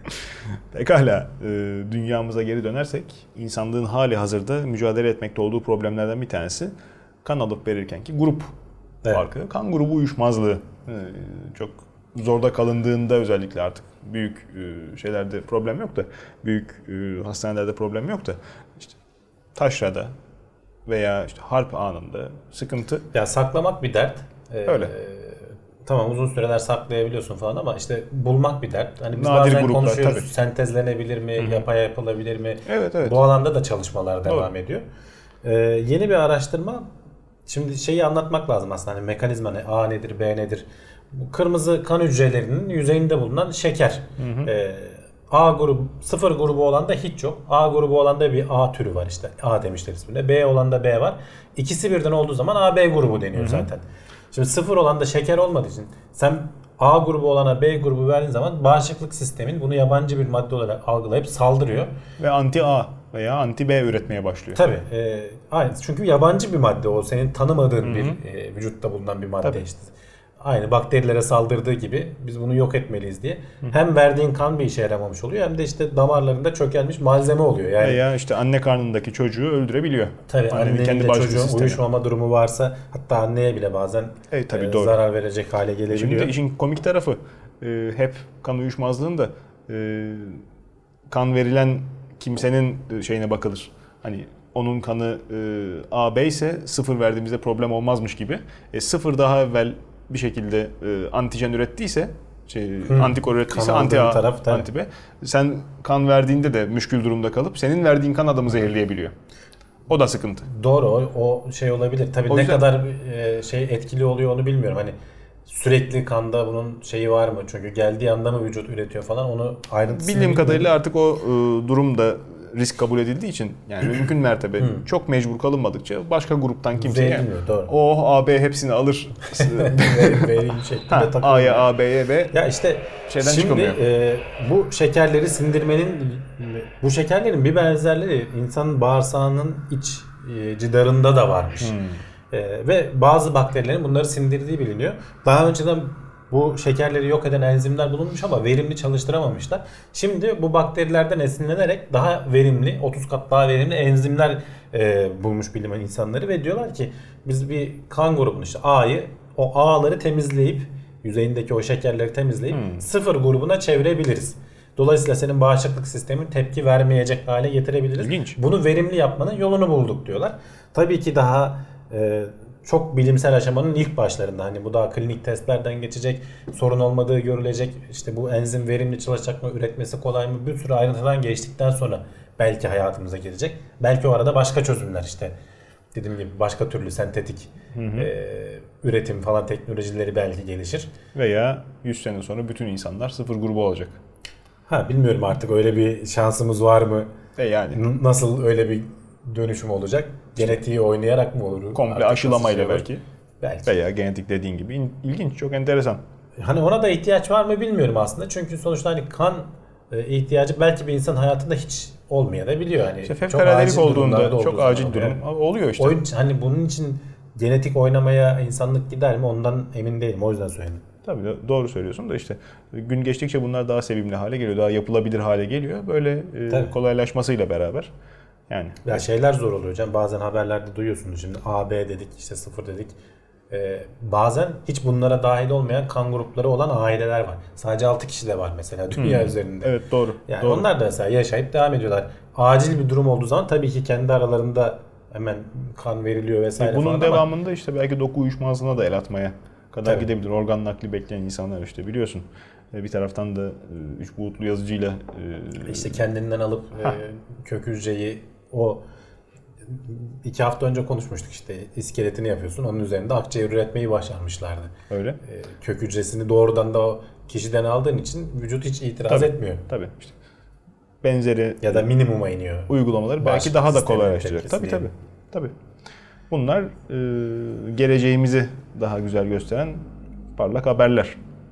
Pekala, e, dünyamıza geri dönersek insanlığın hali hazırda mücadele etmekte olduğu problemlerden bir tanesi kan alıp verirkenki grup Evet. farkı. Kan grubu uyuşmazlığı. E, çok zorda kalındığında özellikle artık büyük e, şeylerde problem yok da büyük e, hastanelerde problem yok da işte taşrada veya işte harp anında sıkıntı. Ya saklamak bir dert. Ee, Öyle. Tamam, uzun süreler saklayabiliyorsun falan ama işte bulmak bir dert. Hani biz Nadir bazen gruplar, konuşuyoruz, tabii. sentezlenebilir mi, Hı hı. yapay yapılabilir mi? Evet evet. Bu alanda da çalışmalar Doğru. devam ediyor. Ee, yeni bir araştırma, şimdi şeyi anlatmak lazım aslında, hani mekanizma ne, A nedir, B nedir? Bu kırmızı kan hücrelerinin yüzeyinde bulunan şeker. Hı hı. Ee, A grubu, sıfır grubu olan da hiç yok. A grubu olan da bir A türü var işte. A demişler isminde. B olan da B var. İkisi birden olduğu zaman A B grubu deniyor Hı hı. zaten. Şimdi sıfır olan da şeker olmadığı için sen A grubu olana B grubu verdiğin zaman bağışıklık sistemin bunu yabancı bir madde olarak algılayıp saldırıyor. Ve anti A veya anti B üretmeye başlıyor. Tabii. E, aynı. Çünkü yabancı bir madde o. Senin tanımadığın Hı hı. bir e, vücutta bulunan bir madde Tabii. işte. Aynı bakterilere saldırdığı gibi biz bunu yok etmeliyiz diye. Hı. Hem verdiğin kan bir işe yaramamış oluyor hem de işte damarlarında çökelmiş malzeme oluyor. Yani Veya işte anne karnındaki çocuğu öldürebiliyor. tabii Annenin annenin kendi de bağışıklık çocuğun sistemi. uyuşmama durumu varsa hatta anneye bile bazen Evet, tabii, e, doğru. zarar verecek hale gelebiliyor. Şimdi de işin komik tarafı e, hep kan uyuşmazlığında e, kan verilen kimsenin şeyine bakılır. Hani onun kanı e, A B ise sıfır verdiğimizde problem olmazmış gibi. E, sıfır daha evvel bir şekilde e, antijen ürettiyse, şey, Hı. antikor ürettiyse Kan anti aldığın A, taraf, tabii. anti B. Sen kan verdiğinde de müşkül durumda kalıp senin verdiğin kan adamı zehirleyebiliyor. O da sıkıntı. Doğru, o, o şey olabilir. Tabii O ne yüzden- kadar e, şey etkili oluyor onu bilmiyorum. Hani sürekli kanda bunun şeyi var mı? Çünkü geldiği anda mı vücut üretiyor falan, onu ayrıntısını Bildiğim bilmiyorum. kadarıyla artık o e, durumda risk kabul edildiği için yani mümkün mertebe çok mecbur kalınmadıkça başka gruptan kimse yani, Verilmiyor, doğru. o A B hepsini alır. Vereyim şeklinde Ha, takılıyor. A'ya A B'ye B. Ya işte Şeyden şimdi çıkamıyor. e, bu şekerleri sindirmenin, bu şekerlerin bir benzerleri insanın bağırsağının iç e, cidarında da varmış. E, ve bazı bakterilerin bunları sindirdiği biliniyor. Daha önceden bu şekerleri yok eden enzimler bulunmuş ama verimli çalıştıramamışlar. Şimdi bu bakterilerden esinlenerek daha verimli, otuz kat daha verimli enzimler e, bulmuş bilim insanları ve diyorlar ki biz bir kan grubunu, işte A'yı, o A'ları temizleyip, yüzeyindeki o şekerleri temizleyip Hmm. sıfır grubuna çevirebiliriz. Dolayısıyla senin bağışıklık sistemin tepki vermeyecek hale getirebiliriz. İlginç. Bunu verimli yapmanın yolunu bulduk diyorlar. Tabii ki daha e, çok bilimsel aşamanın ilk başlarında, hani bu daha klinik testlerden geçecek, sorun olmadığı görülecek, işte bu enzim verimli çalışacak mı, üretmesi kolay mı, bir sürü ayrıntıdan geçtikten sonra belki hayatımıza girecek. Belki o arada başka çözümler, işte dediğim gibi başka türlü sentetik e, üretim falan teknolojileri belki gelişir. Veya yüz sene sonra bütün insanlar sıfır grubu olacak. Ha, bilmiyorum artık öyle bir şansımız var mı? E yani N- Nasıl öyle bir dönüşüm olacak? Genetiği oynayarak mı olur? komple Artık aşılamayla nasıl şey olur? belki. Belki. Veya genetik dediğin gibi İl- ilginç, çok enteresan. Hani ona da ihtiyaç var mı bilmiyorum aslında. Çünkü sonuçta hani kan e, ihtiyacı belki bir insan hayatında hiç olmayabiliyor. Hani İşte çok fevkaladelik acil olduğunda, durumlarda çok olduğu acil zaman durum yani. oluyor işte. Oyun, hani bunun için genetik oynamaya insanlık gider mi ondan emin değilim. O yüzden söyledim. Tabii doğru söylüyorsun da işte gün geçtikçe bunlar daha sevimli hale geliyor, daha yapılabilir hale geliyor. Böyle e, kolaylaşmasıyla beraber yani. Ya şeyler zor oluyor hocam. Bazen haberlerde duyuyorsunuz şimdi A B dedik, işte sıfır dedik. Ee, bazen hiç bunlara dahil olmayan kan grupları olan aileler var. Sadece altı kişi de var mesela dünya hmm. üzerinde. Evet doğru. Yani doğru. onlar da mesela yaşayıp devam ediyorlar. Acil bir durum olduğu zaman tabii ki kendi aralarında hemen kan veriliyor vesaire e bunun falan devamında ama işte belki doku uyuşmazlığına da el atmaya kadar tabii. gidebilir. Organ nakli bekleyen insanlar işte biliyorsun. Bir taraftan da üç boyutlu yazıcıyla işte kendinden alıp e, kök hücreyi o iki hafta önce konuşmuştuk işte iskeletini yapıyorsun. Onun üzerinde akciğer üretmeyi başarmışlardı. Öyle. E, kök hücresini doğrudan da o kişiden aldığın için vücut hiç itiraz tabii, etmiyor. Tabii. İşte benzeri ya da minimuma iniyor. Uygulamaları belki daha da kolaylaştıracak. Tabii tabii. Tabii. Bunlar e, geleceğimizi daha güzel gösteren parlak haberler.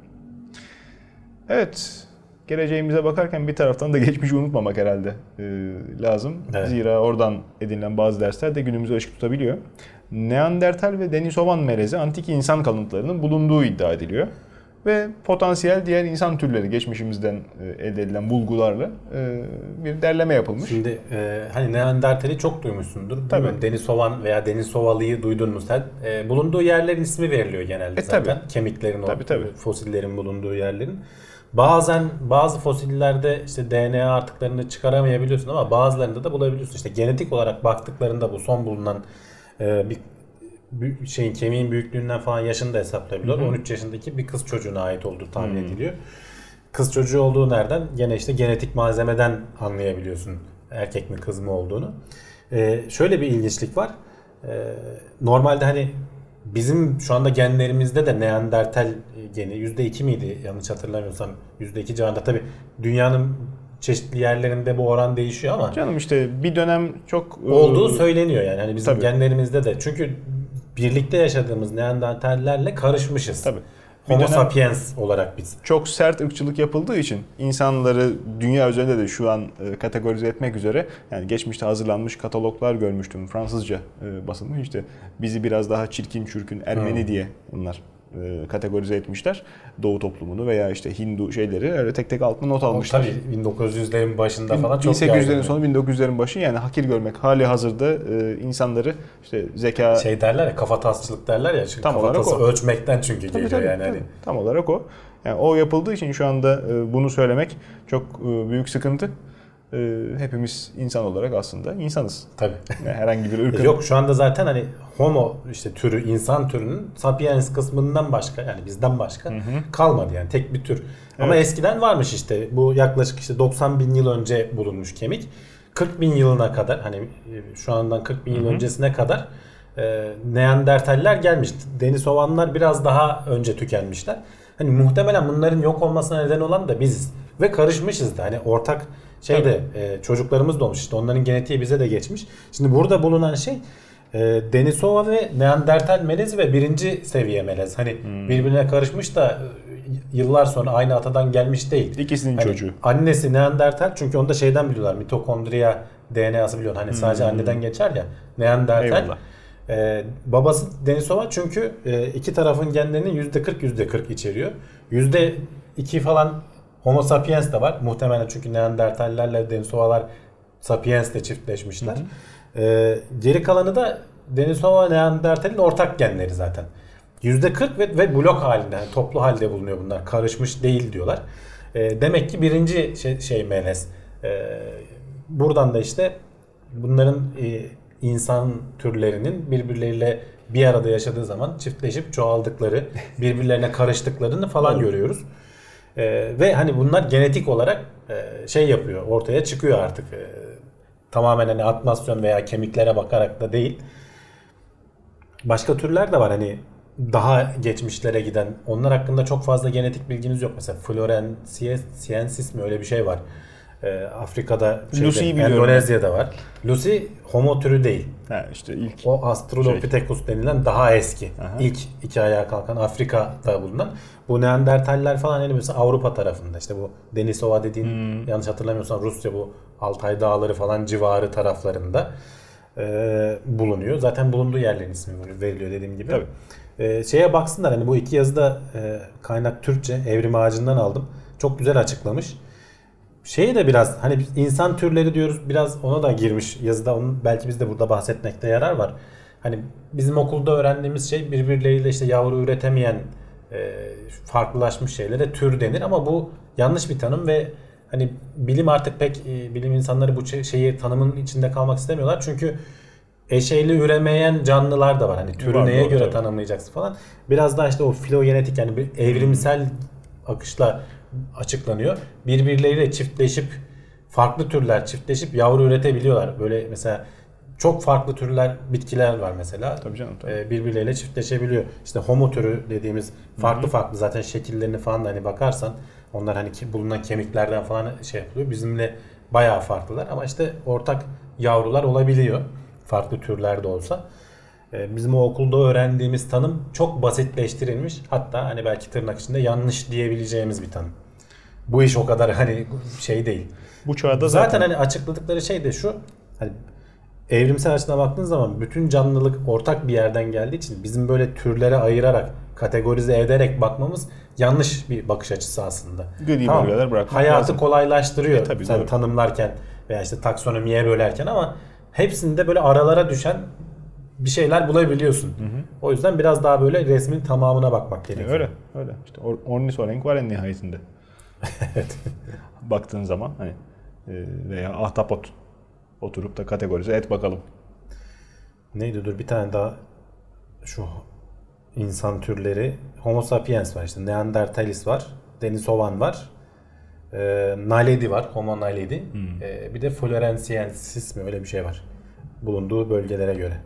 Evet. Geleceğimize bakarken bir taraftan da geçmişi unutmamak herhalde e, lazım. Evet. Zira oradan edinilen bazı dersler de günümüze ışık tutabiliyor. Neandertal ve Denisovan melezi antik insan kalıntılarının bulunduğu iddia ediliyor. Ve potansiyel diğer insan türleri geçmişimizden e, elde edilen bulgularla e, bir derleme yapılmış. Şimdi e, hani Neandertal'i çok duymuşsundur. Tabii. Denisovan veya Denisovalı'yı duydun mu sen? E, bulunduğu yerlerin ismi veriliyor genelde e, zaten. Tabii. Kemiklerin, tabii, o tabii. fosillerin bulunduğu yerlerin. Bazen bazı fosillerde işte D N A artıklarını çıkaramayabiliyorsun ama bazılarında da bulabiliyorsun. İşte genetik olarak baktıklarında bu son bulunan e, bir şeyin kemiğin büyüklüğünden falan yaşını da hesaplayabiliyor. on üç yaşındaki bir kız çocuğuna ait olduğu tahmin Hı-hı. ediliyor. Kız çocuğu olduğu nereden? Gene işte genetik malzemeden anlayabiliyorsun erkek mi kız mı olduğunu. Ee, şöyle bir ilginçlik var. Ee, normalde hani bizim şu anda genlerimizde de Neandertal geni yüzde iki miydi yanlış hatırlamıyorsam yüzde iki civarında. Tabii dünyanın çeşitli yerlerinde bu oran değişiyor ama canım işte bir dönem çok olduğu söyleniyor yani. Hani bizim tabii. genlerimizde de. Çünkü birlikte yaşadığımız Neandertallerle karışmışız. Tabii. Homo sapiens olarak biz. Çok sert ırkçılık yapıldığı için insanları dünya üzerinde de şu an kategorize etmek üzere yani geçmişte hazırlanmış kataloglar görmüştüm. Fransızca basılmış işte bizi biraz daha çirkin çürkün Ermeni hmm. diye bunlar kategorize etmişler. Doğu toplumunu veya işte Hindu şeyleri öyle tek tek altına not almışlar. Tabii bin dokuz yüzlerin başında falan çok bin sekiz yüzlerin sonu bin dokuz yüzlerin başı yani hakir görmek hali hazırda e, insanları işte zeka şey derler ya kafatasçılık derler ya çünkü tam kafatası ölçmekten çünkü tabii, geliyor tabii, yani tabii. Hani. Tam olarak o. Yani o yapıldığı için şu anda e, bunu söylemek çok e, büyük sıkıntı. Hepimiz insan olarak aslında insanız. Tabii. Yani herhangi bir ırkın. Yok şu anda zaten hani homo işte türü insan türünün sapiens kısmından başka yani bizden başka hı hı. kalmadı yani tek bir tür. Evet. Ama eskiden varmış işte bu yaklaşık işte doksan bin yıl önce bulunmuş kemik. kırk bin yılına kadar hani şu andan kırk bin yıl hı hı. öncesine kadar e, Neandertaller gelmiş. Denisovanlar biraz daha önce tükenmişler. Hani muhtemelen bunların yok olmasına neden olan da biziz. Ve karışmışız da hani ortak şeyde e, çocuklarımız doğmuş işte onların genetiği bize de geçmiş. Şimdi burada bulunan şey e, Denisova ve Neandertal melezi ve birinci seviye melez. Hani hmm. birbirine karışmış da e, yıllar sonra aynı atadan gelmiş değil. İkisinin hani çocuğu. Annesi Neandertal çünkü onu da şeyden biliyorlar mitokondriya D N A'sı biliyorlar. Hani hmm. sadece anneden geçer ya Neandertal. E, babası Denisova çünkü e, iki tarafın genlerinin yüzde kırk yüzde kırk içeriyor. yüzde iki falan Homo sapiens de var. Muhtemelen çünkü Neandertallerle Denisovalar sapiensle çiftleşmişler. Hı hı. Ee, geri kalanı da Denisova Neandertal'in ortak genleri zaten. yüzde kırk ve, ve blok halinde, yani toplu halde bulunuyor bunlar. Karışmış değil diyorlar. Ee, demek ki birinci şey, şey melez. Ee, buradan da işte bunların e, insan türlerinin birbirleriyle bir arada yaşadığı zaman çiftleşip çoğaldıkları, birbirlerine karıştıklarını falan görüyoruz. Ee, ve hani bunlar genetik olarak e, şey yapıyor, ortaya çıkıyor artık. E, tamamen hani atmasyon veya kemiklere bakarak da değil. Başka türler de var hani daha geçmişlere giden. Onlar hakkında çok fazla genetik bilgimiz yok. Mesela Florensiensis mi öyle bir şey var. E, Afrika'da, şeyde, Endonezya'da var. Lucy homo türü değil. Ha, işte ilk o Australopithecus şey. denilen daha eski. Aha. İlk iki ayağa kalkan Afrika'da bulunan. Bu Neandertaller falan yani mesela Avrupa tarafında işte bu Denisova dediğin hmm. yanlış hatırlamıyorsam Rusya bu Altay Dağları falan civarı taraflarında. e, bulunuyor. Zaten bulunduğu yerlerin ismi veriliyor dediğim gibi. Tabii. E, şeye baksınlar hani bu iki yazıda e, kaynak Türkçe, Evrim Ağacı'ndan aldım. Çok güzel açıklamış. Şeyi de biraz hani biz insan türleri diyoruz, biraz ona da girmiş yazıda. Onun belki biz de burada bahsetmekte yarar var. Hani bizim okulda öğrendiğimiz şey birbirleriyle işte yavru üretemeyen e, farklılaşmış şeylere tür denir ama bu yanlış bir tanım ve hani bilim artık pek e, bilim insanları bu şeyi tanımın içinde kalmak istemiyorlar. Çünkü eşeyli üremeyen canlılar da var. Hani türü var, neye doğru, göre tabii. tanımlayacaksın falan. Biraz daha işte o filogenetik yani bir evrimsel akışla açıklanıyor. Birbirleriyle çiftleşip farklı türler çiftleşip yavru üretebiliyorlar. Böyle mesela çok farklı türler bitkiler var mesela. Tabii canım, tabii. Ee, birbirleriyle çiftleşebiliyor. İşte homo türü dediğimiz farklı Hı-hı. farklı zaten şekillerini falan da hani bakarsan onlar hani ki bulunan kemiklerden falan şey yapılıyor. Bizimle bayağı farklılar ama işte ortak yavrular olabiliyor. Farklı türlerde olsa. Ee, bizim o okulda öğrendiğimiz tanım çok basitleştirilmiş. Hatta hani belki tırnak içinde yanlış diyebileceğimiz bir tanım. Bu iş o kadar hani şey değil. Bu çağda zaten, zaten hani açıkladıkları şey de şu. Hani evrimsel açıdan baktığın zaman bütün canlılık ortak bir yerden geldiği için bizim böyle türlere ayırarak, kategorize ederek bakmamız yanlış bir bakış açısı aslında. Gri tamam. bölgeler bırakmak Hayatı lazım. kolaylaştırıyor E, tabii, sen doğru. tanımlarken veya işte taksonomiye bölerken ama hepsinde böyle aralara düşen bir şeyler bulabiliyorsun. Hı hı. O yüzden biraz daha böyle resmin tamamına bakmak gerekiyor. Öyle, öyle. İşte ornitorenk var en nihayetinde. Evet. Baktığın zaman hani veya ahtapot oturup da kategorize et bakalım. Neydi dur bir tane daha şu insan türleri Homo sapiens var işte Neandertalis var, Denisovan var, e, Naledi var, Homo naledi, hmm. e, bir de Florensiensis mi öyle bir şey var bulunduğu bölgelere göre.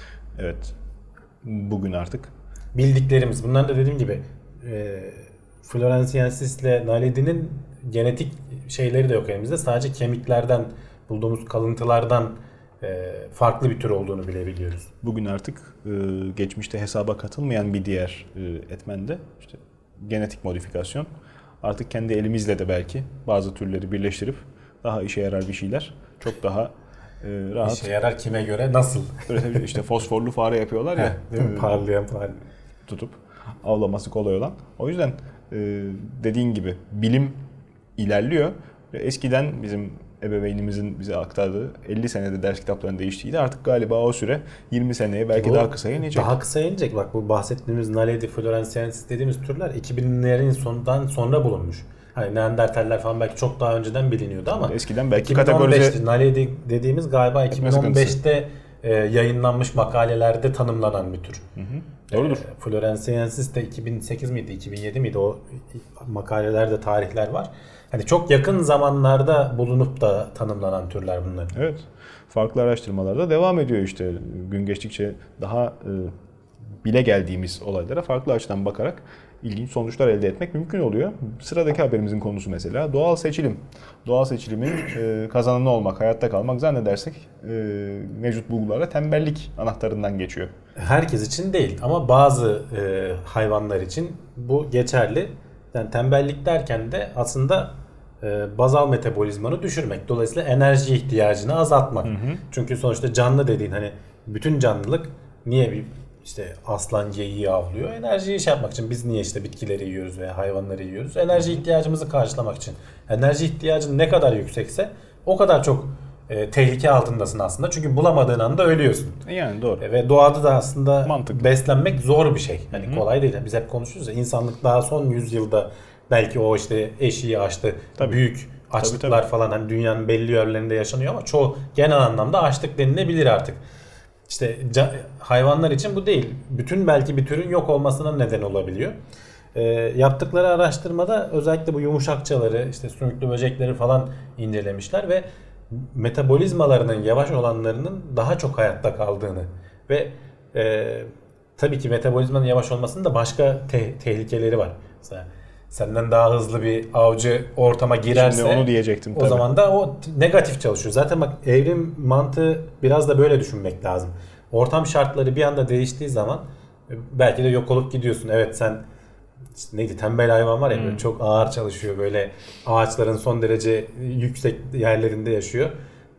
Evet. Bugün artık bildiklerimiz. Bunlar da dediğim gibi e, Florensiensis ile Naledi'nin genetik şeyleri de yok elimizde. Sadece kemiklerden bulduğumuz kalıntılardan e, farklı bir tür olduğunu bile biliyoruz. Bugün artık e, geçmişte hesaba katılmayan bir diğer e, etmen de işte genetik modifikasyon. Artık kendi elimizle de belki bazı türleri birleştirip daha işe yarar bir şeyler çok daha e, rahat. İşe yarar kime göre nasıl? İşte fosforlu fare yapıyorlar ya. Değil mi? Parlayan fare. Tutup avlaması kolay olan. O yüzden e, dediğin gibi bilim ilerliyor. Eskiden bizim ebeveynimizin bize aktardığı elli senede ders kitaplarının değiştiğiydi. Artık galiba o süre yirmi seneye belki bu daha kısa inecek. Daha kısa inecek. Bak bu bahsettiğimiz Naledi, Florensiensis dediğimiz türler iki binlerin sonundan sonra bulunmuş. Hani Neandertaller falan belki çok daha önceden biliniyordu ama eskiden belki iki bin on beşte kategorize Naledi dediğimiz galiba iki bin on beşte e, yayınlanmış makalelerde tanımlanan bir tür. Hı hı. Doğrudur. E, Florensiensis de iki bin sekiz miydi, iki bin yedi miydi o makalelerde tarihler var. Hani çok yakın zamanlarda bulunup da tanımlanan türler bunlar. Evet. Farklı araştırmalarda devam ediyor işte. Gün geçtikçe daha e, bile geldiğimiz olaylara farklı açıdan bakarak ilginç sonuçlar elde etmek mümkün oluyor. Sıradaki haberimizin konusu mesela doğal seçilim. Doğal seçilimin e, kazananı olmak, hayatta kalmak zannedersek e, mevcut bulgularla tembellik anahtarından geçiyor. Herkes için değil ama bazı e, hayvanlar için bu geçerli. Yani tembellik derken de aslında e, bazal metabolizmanı düşürmek. Dolayısıyla enerji ihtiyacını azaltmak. Hı hı. Çünkü sonuçta canlı dediğin hani bütün canlılık niye bir işte aslan geyiği avlıyor? Enerjiyi şey yapmak için. Biz niye işte bitkileri yiyoruz veya hayvanları yiyoruz? Enerji ihtiyacımızı karşılamak için. Enerji ihtiyacın ne kadar yüksekse o kadar çok e, tehlike altındasın aslında. Çünkü bulamadığın anda ölüyorsun. Yani doğru. E, ve doğada da aslında mantıklı. Beslenmek zor bir şey. Hani Hı-hı. kolay değil. Biz hep konuşuyoruz ya insanlık daha son yüzyılda belki o işte eşiği aştı. Tabii. Büyük açlıklar tabii, tabii. falan hani dünyanın belli yerlerinde yaşanıyor ama çoğu genel anlamda açlık denilebilir artık. İşte ca- hayvanlar için bu değil. Bütün belki bir türün yok olmasına neden olabiliyor. E, yaptıkları araştırmada özellikle bu yumuşakçaları, işte sümüklü böcekleri falan incelemişler ve metabolizmalarının yavaş olanlarının daha çok hayatta kaldığını ve e, tabii ki metabolizmanın yavaş olmasının da başka te- tehlikeleri var. Mesela senden daha hızlı bir avcı ortama girerse Şimdi onu diyecektim, o tabii. zaman da o negatif çalışıyor. Zaten bak evrim mantığı biraz da böyle düşünmek lazım. Ortam şartları bir anda değiştiği zaman belki de yok olup gidiyorsun. Evet sen İşte neydi tembel hayvan var ya hmm. böyle çok ağır çalışıyor böyle ağaçların son derece yüksek yerlerinde yaşıyor.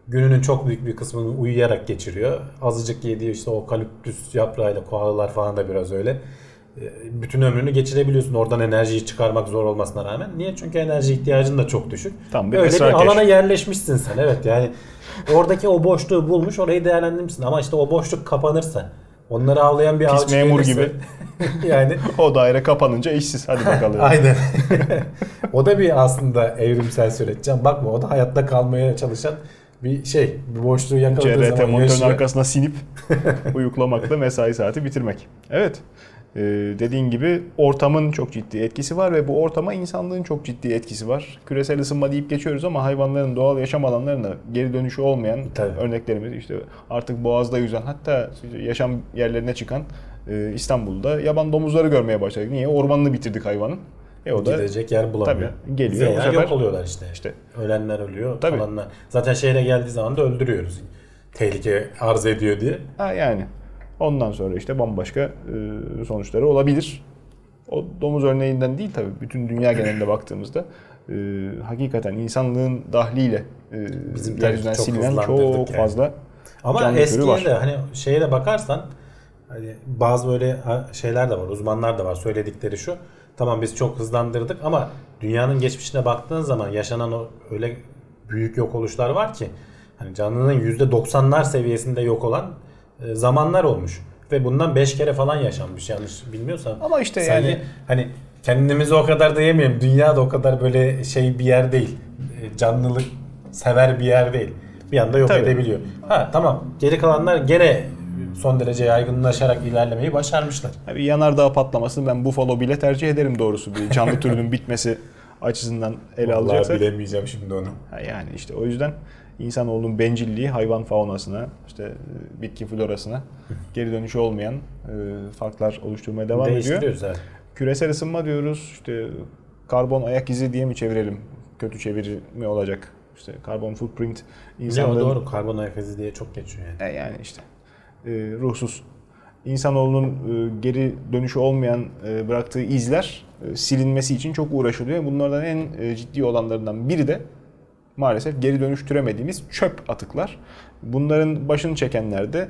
gününün çok büyük bir kısmını uyuyarak geçiriyor. Azıcık yediği işte o kalüptüs yaprağıyla koalalar falan da biraz öyle. Bütün ömrünü geçirebiliyorsun oradan enerjiyi çıkarmak zor olmasına rağmen. Niye? Çünkü enerji ihtiyacın da çok düşük. Tam bir öyle bir esrar alana keşf. yerleşmişsin sen. Evet yani oradaki o boşluğu bulmuş, orayı değerlendirmişsin. Ama işte o boşluk kapanırsa, onları avlayan bir Pis avcı memur gelirse, gibi. yani O daire kapanınca işsiz. Hadi bakalım. aynen. O da bir aslında evrimsel süreç. Can bakma, o da hayatta kalmaya çalışan bir şey. Bir boşluğu yakaladığı C R T zaman monitörün yaşıyor. arkasına sinip uyuklamakla mesai saati bitirmek. Evet. Ee, dediğin gibi ortamın çok ciddi etkisi var ve bu ortama insanlığın çok ciddi etkisi var. Küresel ısınma deyip geçiyoruz ama hayvanların doğal yaşam alanlarına geri dönüşü olmayan Tabii. örneklerimiz işte artık boğazda yüzen, hatta yaşam yerlerine çıkan e, İstanbul'da yaban domuzları görmeye başladık. Niye? Ormanını bitirdik hayvanın. E o da Gidecek yer bulamıyor. tabii geliyor. Veya Bu sefer yok oluyorlar işte. işte Ölenler ölüyor, Tabii. kalanlar. Zaten şehre geldiği zaman da öldürüyoruz. Tehlike arz ediyor diye. ha yani ondan sonra işte bambaşka e, sonuçları olabilir. O domuz örneğinden değil tabii. Bütün dünya genelinde baktığımızda e, hakikaten insanlığın dahliyle e, Bizim yeryüzünden çok silinen hızlandırdık çok yani. fazla Ama canlı türü eskiye var. de hani şeye de bakarsan, hani bazı böyle şeyler de var, uzmanlar da var, söyledikleri şu. Tamam biz çok hızlandırdık ama dünyanın geçmişine baktığın zaman yaşanan o öyle büyük yok oluşlar var ki hani canlının yüzde doksanlar seviyesinde yok olan e, zamanlar olmuş. Ve bundan beş kere falan yaşanmış, yanlış bilmiyorsam. Ama işte Sen yani ye- hani kendimizi o kadar da yemeyelim. Dünya da o kadar böyle şey bir yer değil. E, Canlılık sever bir yer değil. Bir anda yok Tabii. edebiliyor. Ha tamam. Geri kalanlar gene son derece yaygınlaşarak ilerlemeyi başarmışlar. bir yanardağ patlamasını ben Buffalo bile tercih ederim doğrusu. Bir canlı türünün bitmesi açısından ele Vallahi alacaksak. bilemeyeceğim şimdi onu. Ha yani işte o yüzden insanoğlunun bencilliği hayvan faunasına, işte e, bitki florasına geri dönüşü olmayan e, farklar oluşturmaya devam ediyor. Değiştiriyoruz evet. Küresel ısınma diyoruz. İşte karbon ayak izi diye mi çevirelim? Kötü çeviri mi olacak? İşte karbon footprint Ya insanlığın doğru, karbon ayak izi diye çok geçiyor yani. e, yani işte e, ruhsuz insanoğlunun e, geri dönüşü olmayan e, bıraktığı izler e, silinmesi için çok uğraşılıyor. Bunlardan en e, ciddi olanlarından biri de maalesef geri dönüştüremediğimiz çöp atıklar. Bunların başını çekenler de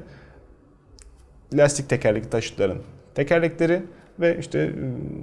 lastik tekerlekli taşıtların tekerlekleri ve işte e,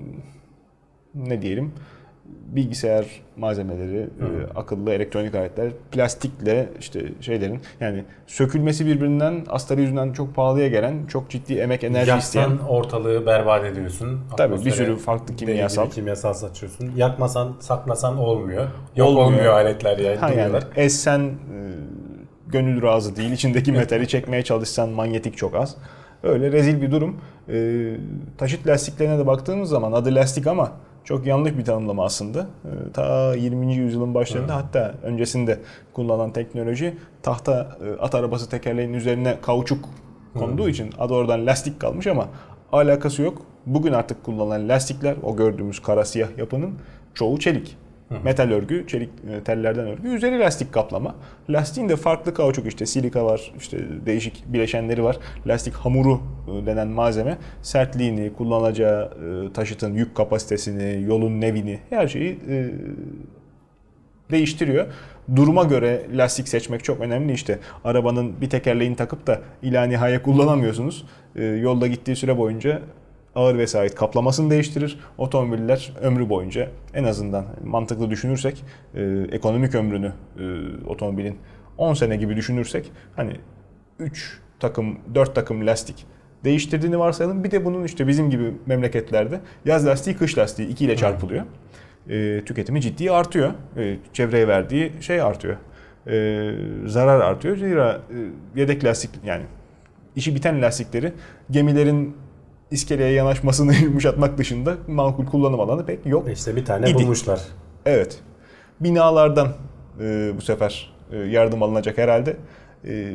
ne diyelim bilgisayar malzemeleri, e, akıllı elektronik aletler, plastikle işte şeylerin yani sökülmesi birbirinden astarı yüzünden çok pahalıya gelen, çok ciddi emek enerji Yaksan isteyen. ortalığı berbat ediyorsun. Tabii bir Atmosfere sürü farklı deli kimyasal. gibi kimyasal saçıyorsun. Yakmasan, saklasan olmuyor. Yok Olmuyor. olmuyor, aletler yani. Ha yani duruyorlar. essen e, gönül razı değil. İçindeki metali çekmeye çalışsan manyetik çok az. Öyle rezil bir durum. E, taşıt lastiklerine de baktığımız zaman adı lastik ama çok yanlış bir tanımlama aslında. E, ta yirminci yüzyılın başlarında hatta öncesinde kullanılan teknoloji tahta e, at arabası tekerleğinin üzerine kauçuk konduğu için adı oradan lastik kalmış ama alakası yok. Bugün artık kullanılan lastikler o gördüğümüz kara siyah yapının çoğu çelik. Metal örgü, çelik e, tellerden örgü, üzeri lastik kaplama. Lastiğin de farklı kauçuk işte silika var, işte değişik bileşenleri var. Lastik hamuru e, denen malzeme sertliğini, kullanılacağı e, taşıtın yük kapasitesini, yolun nevini her şeyi e, değiştiriyor. Duruma göre lastik seçmek çok önemli işte. Arabanın bir tekerleğini takıp da ila nihaya kullanamıyorsunuz. E, yolda gittiği süre boyunca ağır vesait kaplamasını değiştirir. Otomobiller ömrü boyunca en azından mantıklı düşünürsek e, ekonomik ömrünü e, otomobilin on sene gibi düşünürsek hani üç takım dört takım lastik değiştirdiğini varsayalım. Bir de bunun işte bizim gibi memleketlerde yaz lastiği kış lastiği iki ile çarpılıyor. E, tüketimi ciddi artıyor. E, çevreye verdiği şey artıyor. E, zarar artıyor. Zira e, yedek lastik yani işi biten lastikleri gemilerin iskeleye yanaşmasını yumuşatmak dışında makul kullanım alanı pek yok. İşte bir tane İdi. bulmuşlar. Evet. Binalardan e, bu sefer e, yardım alınacak herhalde. E,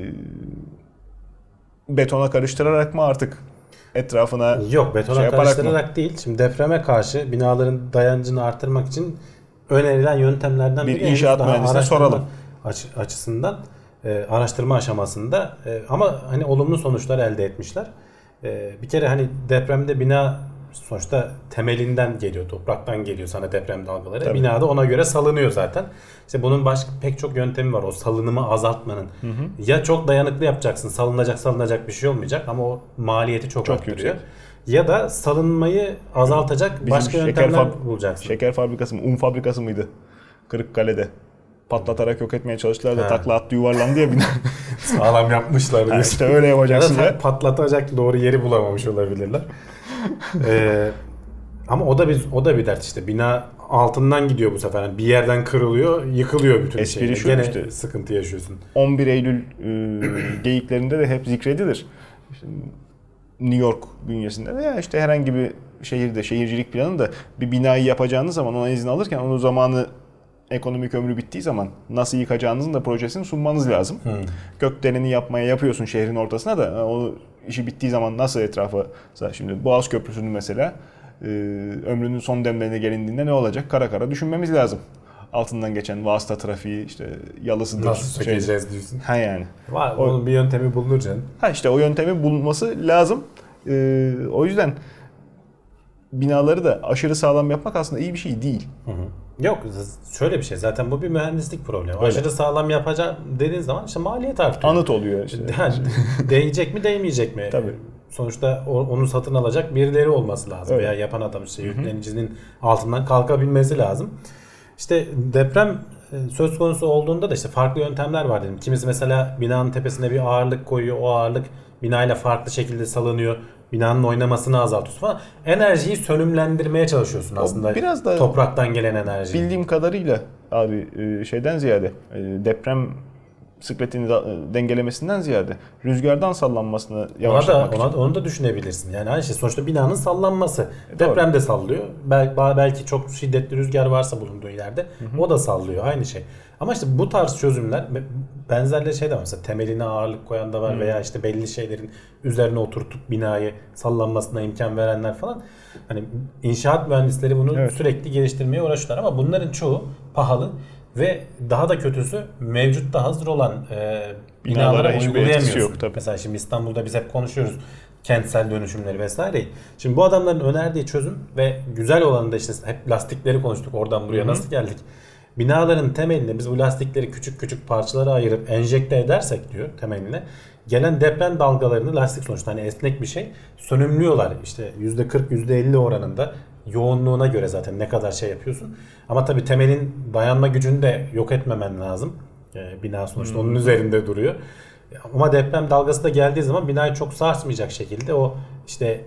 betona karıştırarak mı artık etrafına Yok, betona şey yaparak karıştırarak mı? değil. Şimdi depreme karşı binaların dayancını artırmak için önerilen yöntemlerden Bir biri inşaat daha mühendisine araştırma soralım. aç- açısından e, araştırma aşamasında e, ama hani olumlu sonuçlar elde etmişler. E, bir kere hani depremde bina sonuçta temelinden geliyor, topraktan geliyor sana deprem dalgaları. Tabii. Bina da ona göre salınıyor zaten. İşte bunun başka pek çok yöntemi var o salınımı azaltmanın. Hı hı. Ya çok dayanıklı yapacaksın, salınacak salınacak bir şey olmayacak ama o maliyeti çok, çok arttırıyor. Yüksek. Ya da salınmayı azaltacak Bizim başka yöntemler fab- bulacaksın. Şeker fabrikası mı, un fabrikası mıydı? Kırıkkale'de. Patlatarak yok etmeye çalıştılar da ha. takla attı yuvarlandı ya bina. Sağlam yapmışlar. Yani işte öyle yapacaksın. Ya da patlatacak doğru yeri bulamamış olabilirler. ee, ama o da bir o da bir dert işte. Bina altından gidiyor bu sefer. Yani bir yerden kırılıyor, yıkılıyor bütün şey. Gene işte, sıkıntı yaşıyorsun. on bir Eylül e, geyiklerinde de hep zikredilir. İşte New York bünyesinde veya işte herhangi bir şehirde, şehircilik planında bir binayı yapacağınız zaman ona izin alırken onun zamanı ekonomik ömrü bittiği zaman nasıl yıkacağınızın da projesini sunmanız lazım. Hmm. Gökdeleni yapmaya yapıyorsun şehrin ortasına da o işi bittiği zaman nasıl etrafa, şimdi Boğaz Köprüsü'nün mesela ömrünün son demlerine gelindiğinde ne olacak? Kara kara düşünmemiz lazım. Altından geçen vasıta trafiği, işte yalısıdır. Nasıl sökeceğiz şey, diyorsun. Ha yani. Var, o, onun bir yöntemi bulunur canım. Ha işte o yöntemi bulunması lazım. Ee, o yüzden binaları da aşırı sağlam yapmak aslında iyi bir şey değil. Hı hı. Yok, şöyle bir şey, zaten bu bir mühendislik problemi. Öyle. Aşırı sağlam yapacağım dediğin zaman işte maliyet artıyor. Anıt oluyor işte. Değecek mi değmeyecek mi? Tabii. Sonuçta onu satın alacak birileri olması lazım. Öyle. Veya yapan adam işte yüklenicinin altından kalkabilmesi lazım. İşte deprem söz konusu olduğunda da işte farklı yöntemler var dedim. Kimisi mesela binanın tepesine bir ağırlık koyuyor. O ağırlık binayla farklı şekilde salınıyor. Binanın oynamasını azaltıyorsun falan. Enerjiyi sönümlendirmeye çalışıyorsun aslında. Biraz da topraktan gelen enerji. Bildiğim kadarıyla abi şeyden ziyade deprem sıkletini dengelemesinden ziyade rüzgardan sallanmasını yavaşlatmak ona da, ona, onu da düşünebilirsin. Yani aynı şey sonuçta binanın sallanması. E, deprem de sallıyor. Belki, belki çok şiddetli rüzgar varsa bulunduğu yerde hı hı. o da sallıyor. Aynı şey. Ama işte bu tarz çözümler benzerleri şey de var. Mesela temeline ağırlık koyan da var hı. veya işte belli şeylerin üzerine oturtup binayı sallanmasına imkan verenler falan. Hani inşaat mühendisleri bunu evet. sürekli geliştirmeye uğraşıyorlar ama bunların çoğu pahalı. Ve daha da kötüsü mevcutta hazır olan e, binalara uygulayamıyorsun. Yok, tabii. Mesela şimdi İstanbul'da biz hep konuşuyoruz kentsel dönüşümleri vesaire. Şimdi bu adamların önerdiği çözüm ve güzel olanı da işte hep lastikleri konuştuk, oradan buraya Hı-hı. nasıl geldik. Binaların temeline biz bu lastikleri küçük küçük parçalara ayırıp enjekte edersek diyor temeline. Gelen deprem dalgalarını lastik sonuçta hani esnek bir şey sönümlüyorlar işte yüzde kırk yüzde elli oranında. Yoğunluğuna göre zaten ne kadar şey yapıyorsun. Ama tabii temelin dayanma gücünü de yok etmemen lazım. Ee, bina sonuçta hmm. onun üzerinde duruyor. Ama deprem dalgası da geldiği zaman binayı çok sarsmayacak şekilde o işte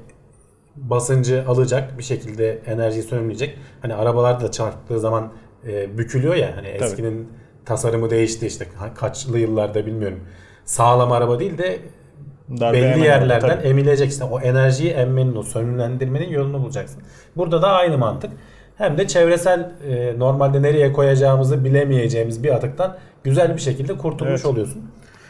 basıncı alacak, bir şekilde enerjiyi sönümleyecek. Hani arabalarda da çarptığı zaman e, bükülüyor ya hani tabii. eskinin tasarımı değişti işte kaçlı yıllarda bilmiyorum. Sağlam araba değil de Darbe belli yerlerden tabii. emilecek. İşte o enerjiyi emmenin, o sönümlendirmenin yolunu bulacaksın. Burada da aynı mantık. Hem de çevresel e, normalde nereye koyacağımızı bilemeyeceğimiz bir atıktan güzel bir şekilde kurtulmuş evet. oluyorsun.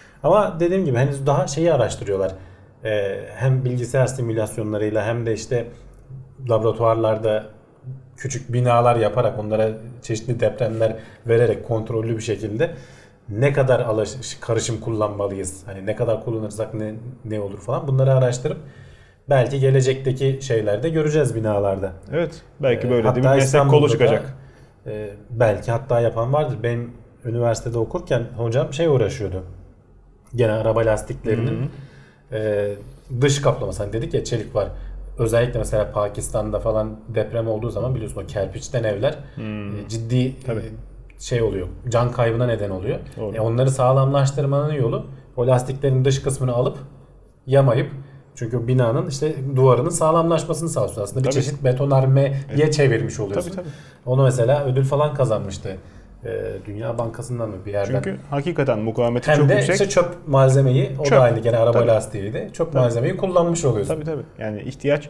Ama dediğim gibi henüz daha şeyi araştırıyorlar. E, hem bilgisayar simülasyonlarıyla hem de işte laboratuvarlarda küçük binalar yaparak onlara çeşitli depremler vererek kontrollü bir şekilde ne kadar alış, karışım kullanmalıyız? Hani ne kadar kullanırsak ne ne olur falan. Bunları araştırıp belki gelecekteki şeylerde göreceğiz binalarda. Evet. Belki böyle ee, değil mi? Meslek kolu çıkacak. E, belki hatta yapan vardır. Benim üniversitede okurken hocam şey uğraşıyordu. Gene araba lastiklerinin e, dış kaplaması. Hani dedik ya çelik var. Özellikle mesela Pakistan'da falan deprem olduğu zaman biliyorsun o kerpiçten evler hmm. e, ciddi Tabii. E, şey oluyor. Can kaybına neden oluyor. E onları sağlamlaştırmanın yolu o lastiklerin dış kısmını alıp yamayıp çünkü binanın işte duvarının sağlamlaşmasını sağlıyorsun. Aslında bir tabii. çeşit betonarmeye evet. çevirmiş oluyorsun. Tabii, tabii. Onu mesela ödül falan kazanmıştı. Ee, Dünya Bankası'ndan mı bir yerden. Çünkü hakikaten mukavemeti Hem çok de yüksek. Hem de işte çöp malzemeyi o çöp. da aynı gene araba tabii. lastiğiydi. Çöp tabii. malzemeyi kullanmış oluyorsun. Tabii tabii. Yani ihtiyaç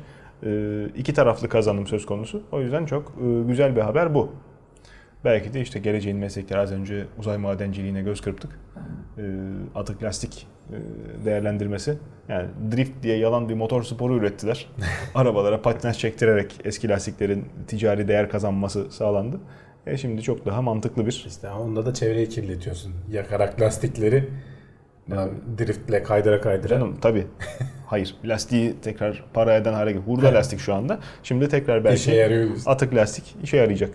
iki taraflı kazanım söz konusu. O yüzden çok güzel bir haber bu. Belki de işte geleceğin meslekleri az önce uzay madenciliğine göz kırptık. Atık lastik değerlendirmesi. Yani drift diye yalan bir motor sporu ürettiler. Arabalara patinaj çektirerek eski lastiklerin ticari değer kazanması sağlandı. E şimdi çok daha mantıklı bir... İşte onda da çevreyi kirletiyorsun. Yakarak lastikleri yani driftle kaydıra kaydıra. Canım tabii. hayır. Lastiği tekrar para eden hale geliyor. Hurda lastik şu anda. Şimdi tekrar belki İşe yarıyor diyorsun. atık lastik işe yarayacak.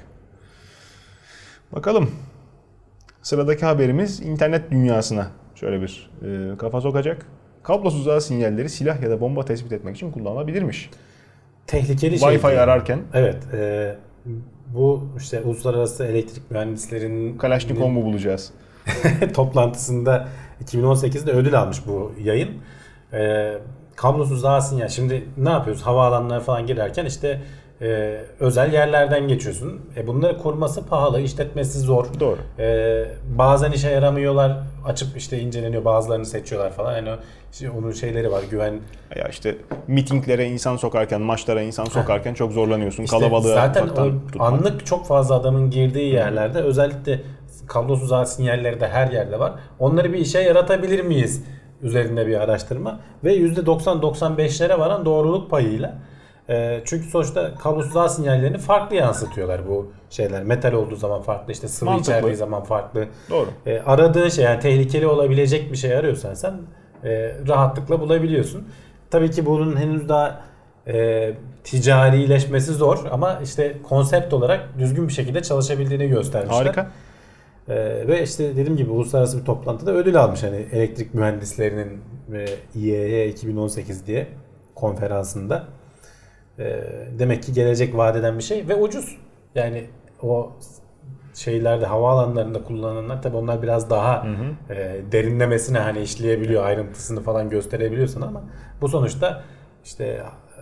Bakalım. Sıradaki haberimiz internet dünyasına şöyle bir e, kafa sokacak. Kablosuz ağ sinyalleri silah ya da bomba tespit etmek için kullanılabilirmiş. Tehlikeli şey. Wi-Fi ararken. Evet. E, bu işte uluslararası elektrik mühendislerinin Kalaşnikov mu bulacağız? toplantısında iki bin on sekizde ödül almış bu yayın. E, kablosuz ağ sinyal. Şimdi ne yapıyoruz? Havaalanlarına falan girerken işte e, özel yerlerden geçiyorsun. E, bunları kurması pahalı, işletmesi zor. Doğru. E, bazen işe yaramıyorlar. Açıp işte inceleniyor. Bazılarını seçiyorlar falan. Yani o, işte onun şeyleri var. Güven. Ya işte mitinglere insan sokarken, maçlara insan sokarken çok zorlanıyorsun. İşte Kalabalığı zaten o tutmak. anlık çok fazla adamın girdiği yerlerde özellikle kablosuz ağ sinyalleri de her yerde var. Onları bir işe yaratabilir miyiz? Üzerinde bir araştırma ve yüzde doksan doksan beşlere varan doğruluk payıyla. E, çünkü sonuçta kablosuz ağ sinyallerini farklı yansıtıyorlar bu şeyler. Metal olduğu zaman farklı, işte sıvı Mantıklı. içerdiği zaman farklı. Doğru. E, aradığın şey, yani tehlikeli olabilecek bir şey arıyorsan sen e, rahatlıkla bulabiliyorsun. Tabii ki bunun henüz daha e, ticarileşmesi zor ama işte konsept olarak düzgün bir şekilde çalışabildiğini göstermişler. Harika. Ee, ve işte dediğim gibi uluslararası bir toplantıda ödül almış, hani elektrik mühendislerinin e, İ E E iki bin on sekiz diye konferansında. Ee, demek ki gelecek vaat eden bir şey ve ucuz. Yani o şeylerde, havaalanlarında kullanılanlar tabii onlar biraz daha hı hı. E, derinlemesine hani işleyebiliyor, ayrıntısını falan gösterebiliyorsun ama bu sonuçta işte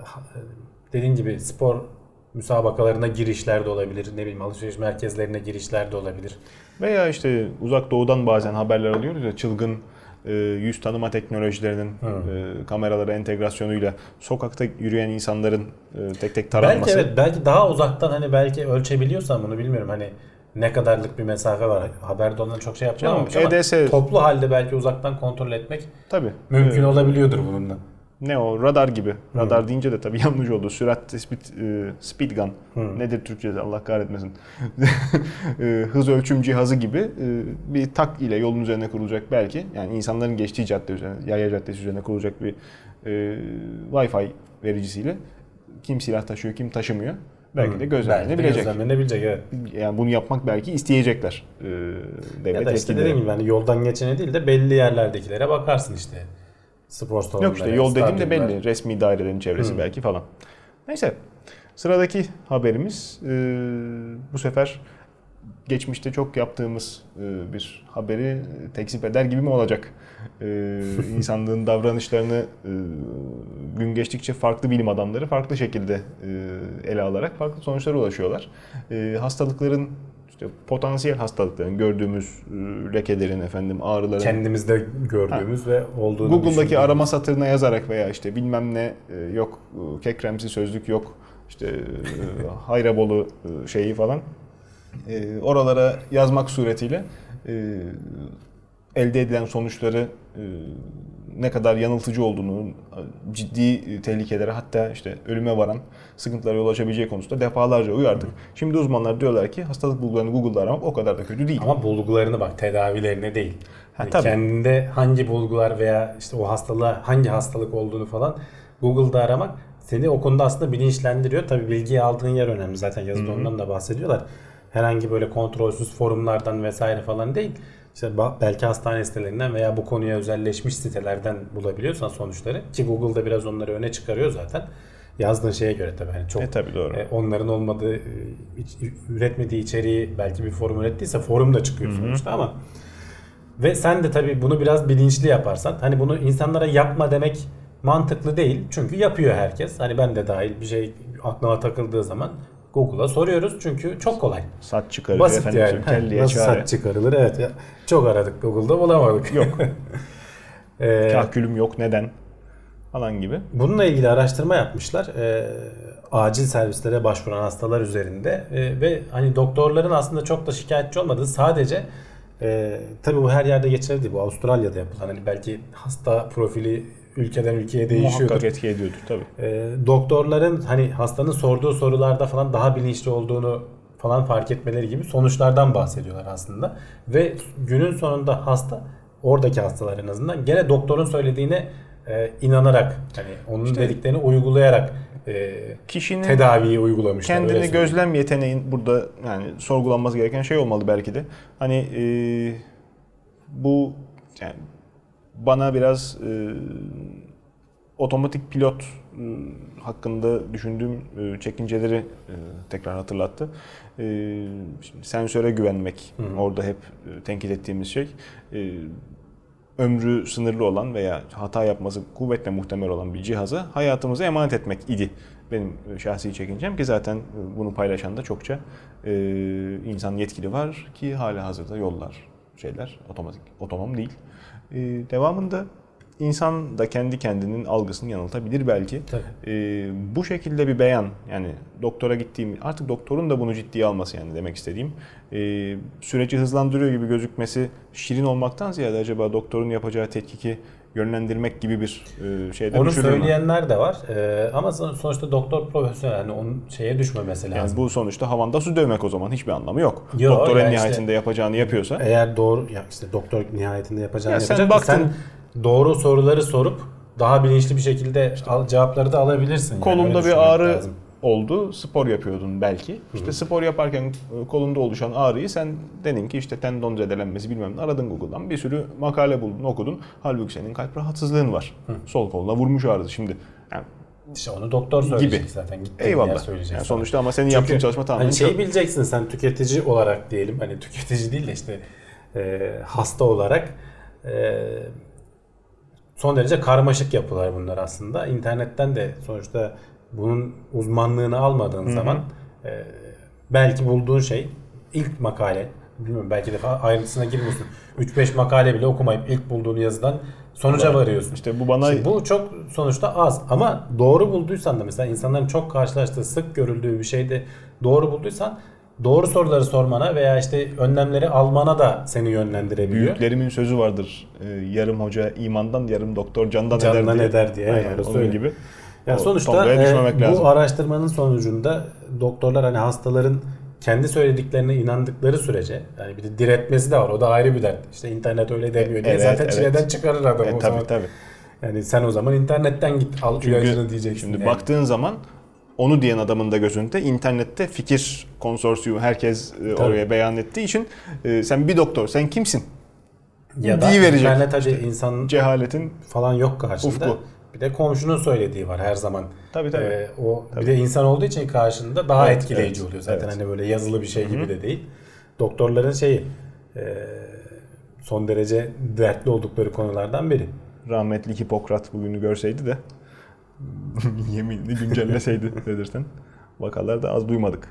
dediğin gibi spor müsabakalarına girişler de olabilir. Ne bileyim alışveriş merkezlerine girişler de olabilir. Veya işte uzak doğudan bazen haberler alıyoruz ya, çılgın e, yüz tanıma teknolojilerinin e, kameralara entegrasyonuyla sokakta yürüyen insanların e, tek tek taranması. Belki evet, belki daha uzaktan hani belki ölçebiliyorsan bunu bilmiyorum, hani ne kadarlık bir mesafe var. Haberde ondan çok şey yapacağım ama E D S toplu halde belki uzaktan kontrol etmek tabii mümkün e, olabiliyordur bununla. Ne o? Radar gibi. Radar hmm. deyince de tabii yanlış oldu. Sürat tespit, e, speed gun. Hmm. Nedir Türkçe'de? Allah kahretmesin. e, hız ölçüm cihazı gibi e, bir tak ile yolun üzerine kurulacak belki. Yani insanların geçtiği cadde üzerine, yaya caddesi üzerine kurulacak bir e, Wi-Fi vericisiyle kim silah taşıyor, kim taşımıyor. Belki hmm. de gözlemlenebilecek. Gözlemlenebilecek, evet. Yani bunu yapmak belki isteyecekler. E, devlet ya da işte dediğim gibi hani yoldan geçene değil de belli yerlerdekilere bakarsın işte. Spor salonları. Yok işte yol dediğim de belli. Resmi dairelerin çevresi hmm. belki falan. Neyse. Sıradaki haberimiz e, bu sefer geçmişte çok yaptığımız e, bir haberi tekzip eder gibi mi olacak? E, insanlığın davranışlarını e, gün geçtikçe farklı bilim adamları farklı şekilde e, ele alarak farklı sonuçlara ulaşıyorlar. E, hastalıkların İşte potansiyel hastalıkların, gördüğümüz lekelerin, efendim ağrıların kendimizde gördüğümüz ha. ve olduğunu Google'daki arama satırına yazarak veya işte bilmem ne yok kekremsi sözlük yok işte Hayrabolu şeyi falan oralara yazmak suretiyle elde edilen sonuçları ne kadar yanıltıcı olduğunu, ciddi tehlikelere hatta işte ölüme varan sıkıntılara yol açabileceği konusunda defalarca uyardık. Şimdi uzmanlar diyorlar ki hastalık bulgularını Google'da aramak o kadar da kötü değil. Ama bulgularını bak, tedavilerine değil. Ha, yani kendinde hangi bulgular veya işte o hastalığa hangi hastalık olduğunu falan Google'da aramak seni o konuda aslında bilinçlendiriyor. Tabii bilgiyi aldığın yer önemli. Zaten yazıda Hı-hı. ondan da bahsediyorlar. Herhangi böyle kontrolsüz forumlardan vesaire falan değil. İşte belki hastane sitelerinden veya bu konuya özelleşmiş sitelerden bulabiliyorsan sonuçları, ki Google'da biraz onları öne çıkarıyor zaten. Yazdığın şeye göre tabii. Yani çok e, tabii doğru. E, onların olmadığı, üretmediği içeriği belki bir forum ürettiyse forum da çıkıyor Hı-hı. sonuçta ama ve sen de tabii bunu biraz bilinçli yaparsan, hani bunu insanlara yapma demek mantıklı değil. Çünkü yapıyor herkes. Hani ben de dahil bir şey aklıma takıldığı zaman Google'a soruyoruz çünkü çok kolay. Saç çıkarır basit efendim. Yani. Kelliye Nasıl çare. saç çıkarılır? Evet. Ya, çok aradık Google'da, bulamadık. Yok. ee, Kahkülüm yok, neden? Falan gibi. Bununla ilgili araştırma yapmışlar. Ee, acil servislere başvuran hastalar üzerinde ee, ve hani doktorların aslında çok da şikayetçi olmadığı, sadece e, tabii bu her yerde geçerli değil. Bu Avustralya'da yapılan, hani belki hasta profili ülkeden ülkeye değişiyordur. Muhakkak etki ediyordur tabii. E, doktorların hani hastanın sorduğu sorularda falan daha bilinçli olduğunu falan fark etmeleri gibi sonuçlardan bahsediyorlar aslında. Ve günün sonunda hasta, oradaki hastalar en azından gene doktorun söylediğine e, inanarak hani onun İşte- dediklerini uygulayarak e, Kişinin tedaviyi uygulamışlar. öyle kendini söyleyeyim. gözlem yeteneğin burada yani sorgulanması gereken şey olmalı belki de. Hani e, bu yani bana biraz e, otomatik pilot e, hakkında düşündüğüm e, çekinceleri e, tekrar hatırlattı. E, şimdi sensöre güvenmek Hı hı. orada hep e, tenkit ettiğimiz şey. E, ömrü sınırlı olan veya hata yapması kuvvetle muhtemel olan bir cihaza hayatımızı emanet etmek idi. Benim şahsi çekincem ki zaten bunu paylaşan da çokça e, insan yetkili var ki hala hazırda yollar şeyler otomatik otonom değil. E, devamında insan da kendi kendinin algısını yanıltabilir belki. E, bu şekilde bir beyan yani doktora gittiğim artık doktorun da bunu ciddiye alması yani demek istediğim e, süreci hızlandırıyor gibi gözükmesi şirin olmaktan ziyade acaba doktorun yapacağı tetkiki yönlendirmek gibi bir e, şeyde Onu düşürür mü? söyleyenler de var. Ee, ama sonuçta doktor profesyonel. Yani onun şeye düşmemesi lazım. Yani bu sonuçta havanda su dövmek o zaman hiçbir anlamı yok. Yo, doktor en yani nihayetinde işte- yapacağını yapıyorsa Eğer doğru ya işte doktor nihayetinde yapacağını Ya sen yapacak. baktın- Sen doğru soruları sorup daha bilinçli bir şekilde al- cevapları da alabilirsin. Yani öyle kolunda bir düşünmek ağrı lazım. oldu, spor yapıyordun belki. İşte spor yaparken e, kolunda oluşan ağrıyı sen dedin ki işte tendon zedelenmesi bilmem ne aradın Google'dan bir sürü makale buldun, okudun. Halbuki senin kalp rahatsızlığın var. Sol koluna vurmuş ağrısı şimdi. Yani İşte onu doktor söyleyecek Gibi. zaten. Gittiğin yer eyvallah. söyleyecek Yani sana. sonuçta ama senin Çünkü yaptığın çalışma tamamen hani şeyi çöp. bileceksin sen tüketici olarak diyelim. Hani tüketici değil de işte e, hasta olarak e, son derece karmaşık yapılar bunlar aslında. İnternetten de sonuçta bunun uzmanlığını almadığın zaman e, belki bulduğun şey ilk makale bilmiyorum belki de ayrıntısına girmiyorsun. üç beş makale bile okumayıp ilk bulduğun yazıdan sonuca varıyorsun. İşte bu bana Şimdi bu çok sonuçta az ama doğru bulduysan da mesela insanların çok karşılaştığı sık görüldüğü bir şeyde doğru bulduysan doğru soruları sormana veya işte önlemleri almana da seni yönlendirebiliyor. büyüklerimin sözü vardır. Ee, yarım hoca imandan, yarım doktor candan, Candan eder diye. eder diye, Aynen, orası onun öyle. gibi. Yani O sonuçta tonlaya e, düşmemek bu lazım. araştırmanın sonucunda doktorlar hani hastaların kendi söylediklerine inandıkları sürece yani bir de diretmesi de var. O da ayrı bir dert. İşte internet öyle demiyor diye Evet, zaten evet. çileden çıkarır adamı E, o tabii zaman. tabii. Yani sen o zaman internetten git al ilacını diyeceksin. Şimdi yani. baktığın zaman onu diyen adamın da gözünde internette fikir konsorsiyumu herkes e, oraya beyan ettiği için e, sen bir doktor sen kimsin? ya da diye verecek. internet hadi insan Cehaletin falan yok karşında. ufku. Bir de komşunun söylediği var her zaman. Tabii, tabii. Ee, o Tabii. bir de insan olduğu için karşında daha Evet, etkileyici evet, oluyor zaten evet. hani böyle yazılı bir şey gibi de değil. Doktorların şeyi e, son derece dertli oldukları konulardan biri. rahmetli Hipokrat bugünü görseydi de yeminini güncelleseydi dedirten vakalar da az duymadık.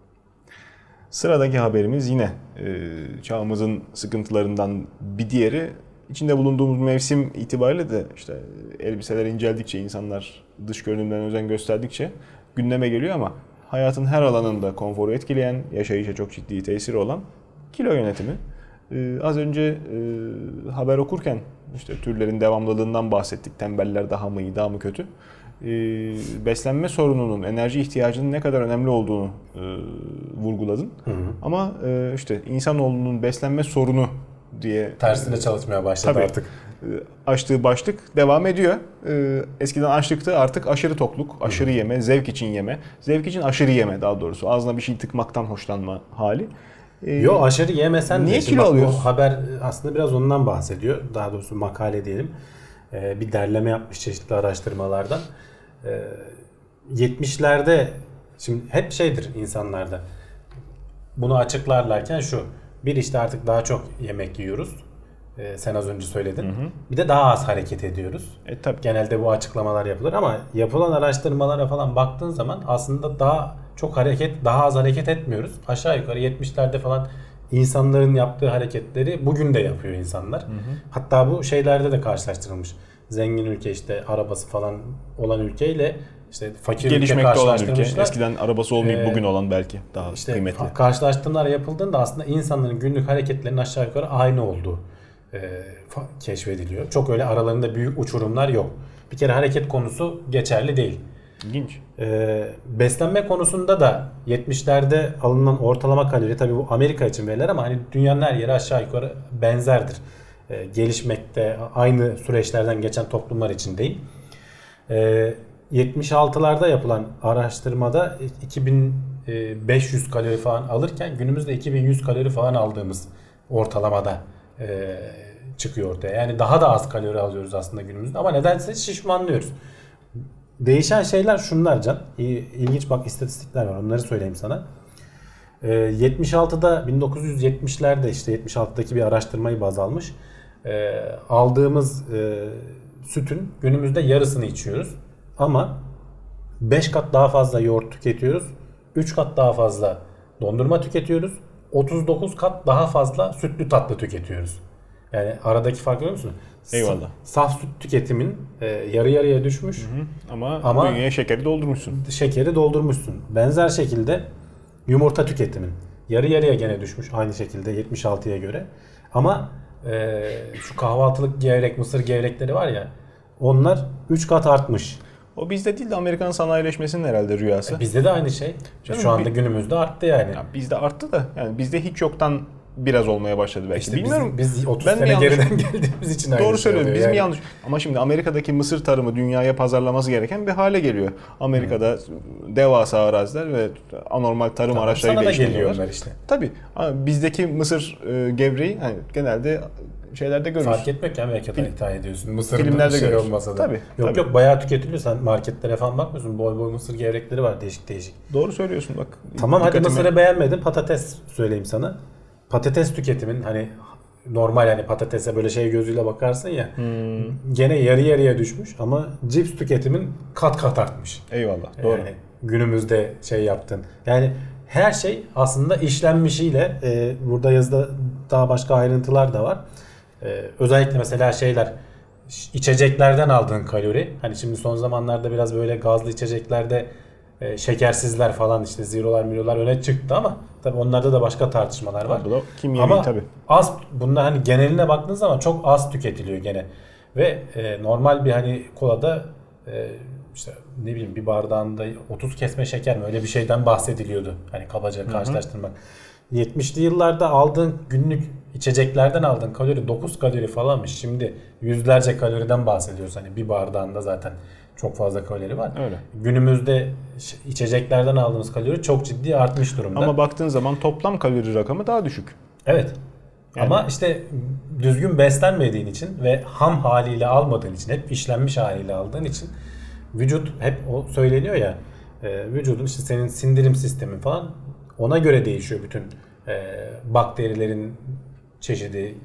Sıradaki haberimiz yine e, çağımızın sıkıntılarından bir diğeri. İçinde bulunduğumuz mevsim itibariyle de işte elbiseler inceldikçe, insanlar dış görünümden özen gösterdikçe gündeme geliyor ama hayatın her alanında konforu etkileyen, yaşayışa çok ciddi tesiri olan kilo yönetimi. Ee, az önce e, haber okurken işte türlerin devamlılığından bahsettik. Tembeller daha mı iyi, daha mı kötü? Ee, beslenme sorununun, enerji ihtiyacının ne kadar önemli olduğunu e, vurguladın. Hı hı. Ama e, işte insanoğlunun beslenme sorunu diye Tersine çalışmaya başladı Tabii. artık. e, açtığı başlık devam ediyor. E, eskiden açlıktı, artık aşırı tokluk, aşırı yeme, zevk için yeme, zevk için aşırı yeme daha doğrusu. Ağzına bir şey tıkmaktan hoşlanma hali. E, Yo aşırı yemesen Niye de. Şimdi kilo bak, bu alıyoruz? haber aslında biraz ondan bahsediyor. Daha doğrusu makale diyelim. Ee, bir derleme yapmış çeşitli araştırmalardan. Ee, yetmişlerde şimdi hep şeydir insanlarda. Bunu açıklarlarken şu. Bir işte artık daha çok yemek yiyoruz. Ee, sen az önce söyledin. Bir de daha az hareket ediyoruz. E, tabii. Genelde bu açıklamalar yapılır ama yapılan araştırmalara falan baktığın zaman aslında daha çok hareket, daha az hareket etmiyoruz. Aşağı yukarı yetmişlerde falan insanların yaptığı hareketleri bugün de yapıyor insanlar. Hı hı. Hatta bu şeylerde de karşılaştırılmış. Zengin ülke işte arabası falan olan ülkeyle işte fakir ülke Gelişmekte olan ülke. karşılaştırmışlar. Eskiden arabası olmayıp Ee, bugün olan belki daha İşte kıymetli. karşılaştırmalar yapıldığında aslında insanların günlük hareketlerinin aşağı yukarı aynı olduğu e, fa- keşfediliyor. Çok öyle aralarında büyük uçurumlar yok. Bir kere hareket konusu geçerli değil. İlginç. E, beslenme konusunda da yetmişlerde alınan ortalama kalori tabii bu Amerika için veriler ama hani dünyanın her yeri aşağı yukarı benzerdir. e, gelişmekte, aynı süreçlerden geçen toplumlar için değil. E, yetmiş altılarda yapılan araştırmada iki bin beş yüz kalori falan alırken günümüzde iki bin yüz kalori falan aldığımız ortalamada e, çıkıyor ortaya. Yani daha da az kalori alıyoruz aslında günümüzde ama nedense şişmanlıyoruz. Değişen şeyler şunlar Can. İlginç bak istatistikler var. Onları söyleyeyim sana. E, yetmiş altıda bin dokuz yüz yetmişlerde işte yetmiş altıdaki bir araştırmayı baz almış. E, aldığımız e, sütün günümüzde yarısını içiyoruz. Ama beş kat daha fazla yoğurt tüketiyoruz. üç kat daha fazla dondurma tüketiyoruz. otuz dokuz kat daha fazla sütlü tatlı tüketiyoruz. Yani aradaki fark görüyor musun? Eyvallah. Saf süt tüketimin e, yarı yarıya düşmüş. Hı hı. Ama, Ama bünyeye şekeri doldurmuşsun. Şekeri doldurmuşsun. Benzer şekilde yumurta tüketimin yarı yarıya gene düşmüş aynı şekilde yetmiş altıya göre. Ama e, şu kahvaltılık gevrek, mısır gevrekleri var ya, onlar üç kat artmış. O bizde değil de Amerikan sanayileşmesinin herhalde rüyası. E, bizde de aynı şey. Canım, şu anda bir, günümüzde arttı yani. Ya bizde arttı da yani bizde hiç yoktan biraz olmaya başladı belki. İşte Bilmiyorum. Biz, biz otuz ben sene yanlış... geriden geldiğimiz için aynı Doğru şey söylüyorum. oluyor Biz yani. mi yanlış? Ama şimdi Amerika'daki mısır tarımı dünyaya pazarlaması gereken bir hale geliyor. Amerika'da hmm. devasa araziler ve anormal tarım tamam, araçlarıyla sana da işleniyorlar. geliyorlar işte. Tabii. Ama bizdeki mısır e, gevreği hani genelde şeylerde görürüz. Fark etmek ya Amerika'dan ithal ediyorsun. Mısır'ın Filmlerde bir şey görürüz. olmasa da. Tabii. Yok tabii. yok bayağı tüketiliyor. Sen marketlere falan bakmıyorsun. Boy boy mısır gevrekleri var değişik değişik. Doğru söylüyorsun bak. Tamam hadi dikkatimi... mısırı beğenmedin. Patates söyleyeyim sana. Patates tüketimin hani normal yani patatese böyle şey gözüyle bakarsın ya. Hmm. Gene yarı yarıya düşmüş ama cips tüketimin kat kat artmış. Eyvallah. Doğru. Yani günümüzde şey yaptın. Yani her şey aslında işlenmişiyle e, burada yazıda daha başka ayrıntılar da var. E, özellikle mesela şeyler içeceklerden aldığın kalori. Hani şimdi son zamanlarda biraz böyle gazlı içeceklerde e, şekersizler falan işte zerolar mirolar öne çıktı ama tabii onlarda da başka tartışmalar var. Bu da kimyevi ama tabii. az bunlar hani geneline baktığın zaman çok az tüketiliyor gene. Ve e, normal bir hani kolada e, işte ne bileyim bir bardağında otuz kesme şeker mi öyle bir şeyden bahsediliyordu. Hani kabaca karşılaştırmak. yetmişli yıllarda aldığın günlük içeceklerden aldığın kalori dokuz kalori falanmış. Şimdi yüzlerce kaloriden bahsediyoruz. Hani bir bardağında zaten çok fazla kalori var. Öyle. Günümüzde içeceklerden aldığımız kalori çok ciddi artmış durumda. Ama baktığın zaman toplam kalori rakamı daha düşük. Evet. Yani. Ama işte düzgün beslenmediğin için ve ham haliyle almadığın için, hep işlenmiş haliyle aldığın için vücut hep o söyleniyor ya, e, vücudun işte senin sindirim sistemin falan ona göre değişiyor bütün e, bakterilerin çeşidi,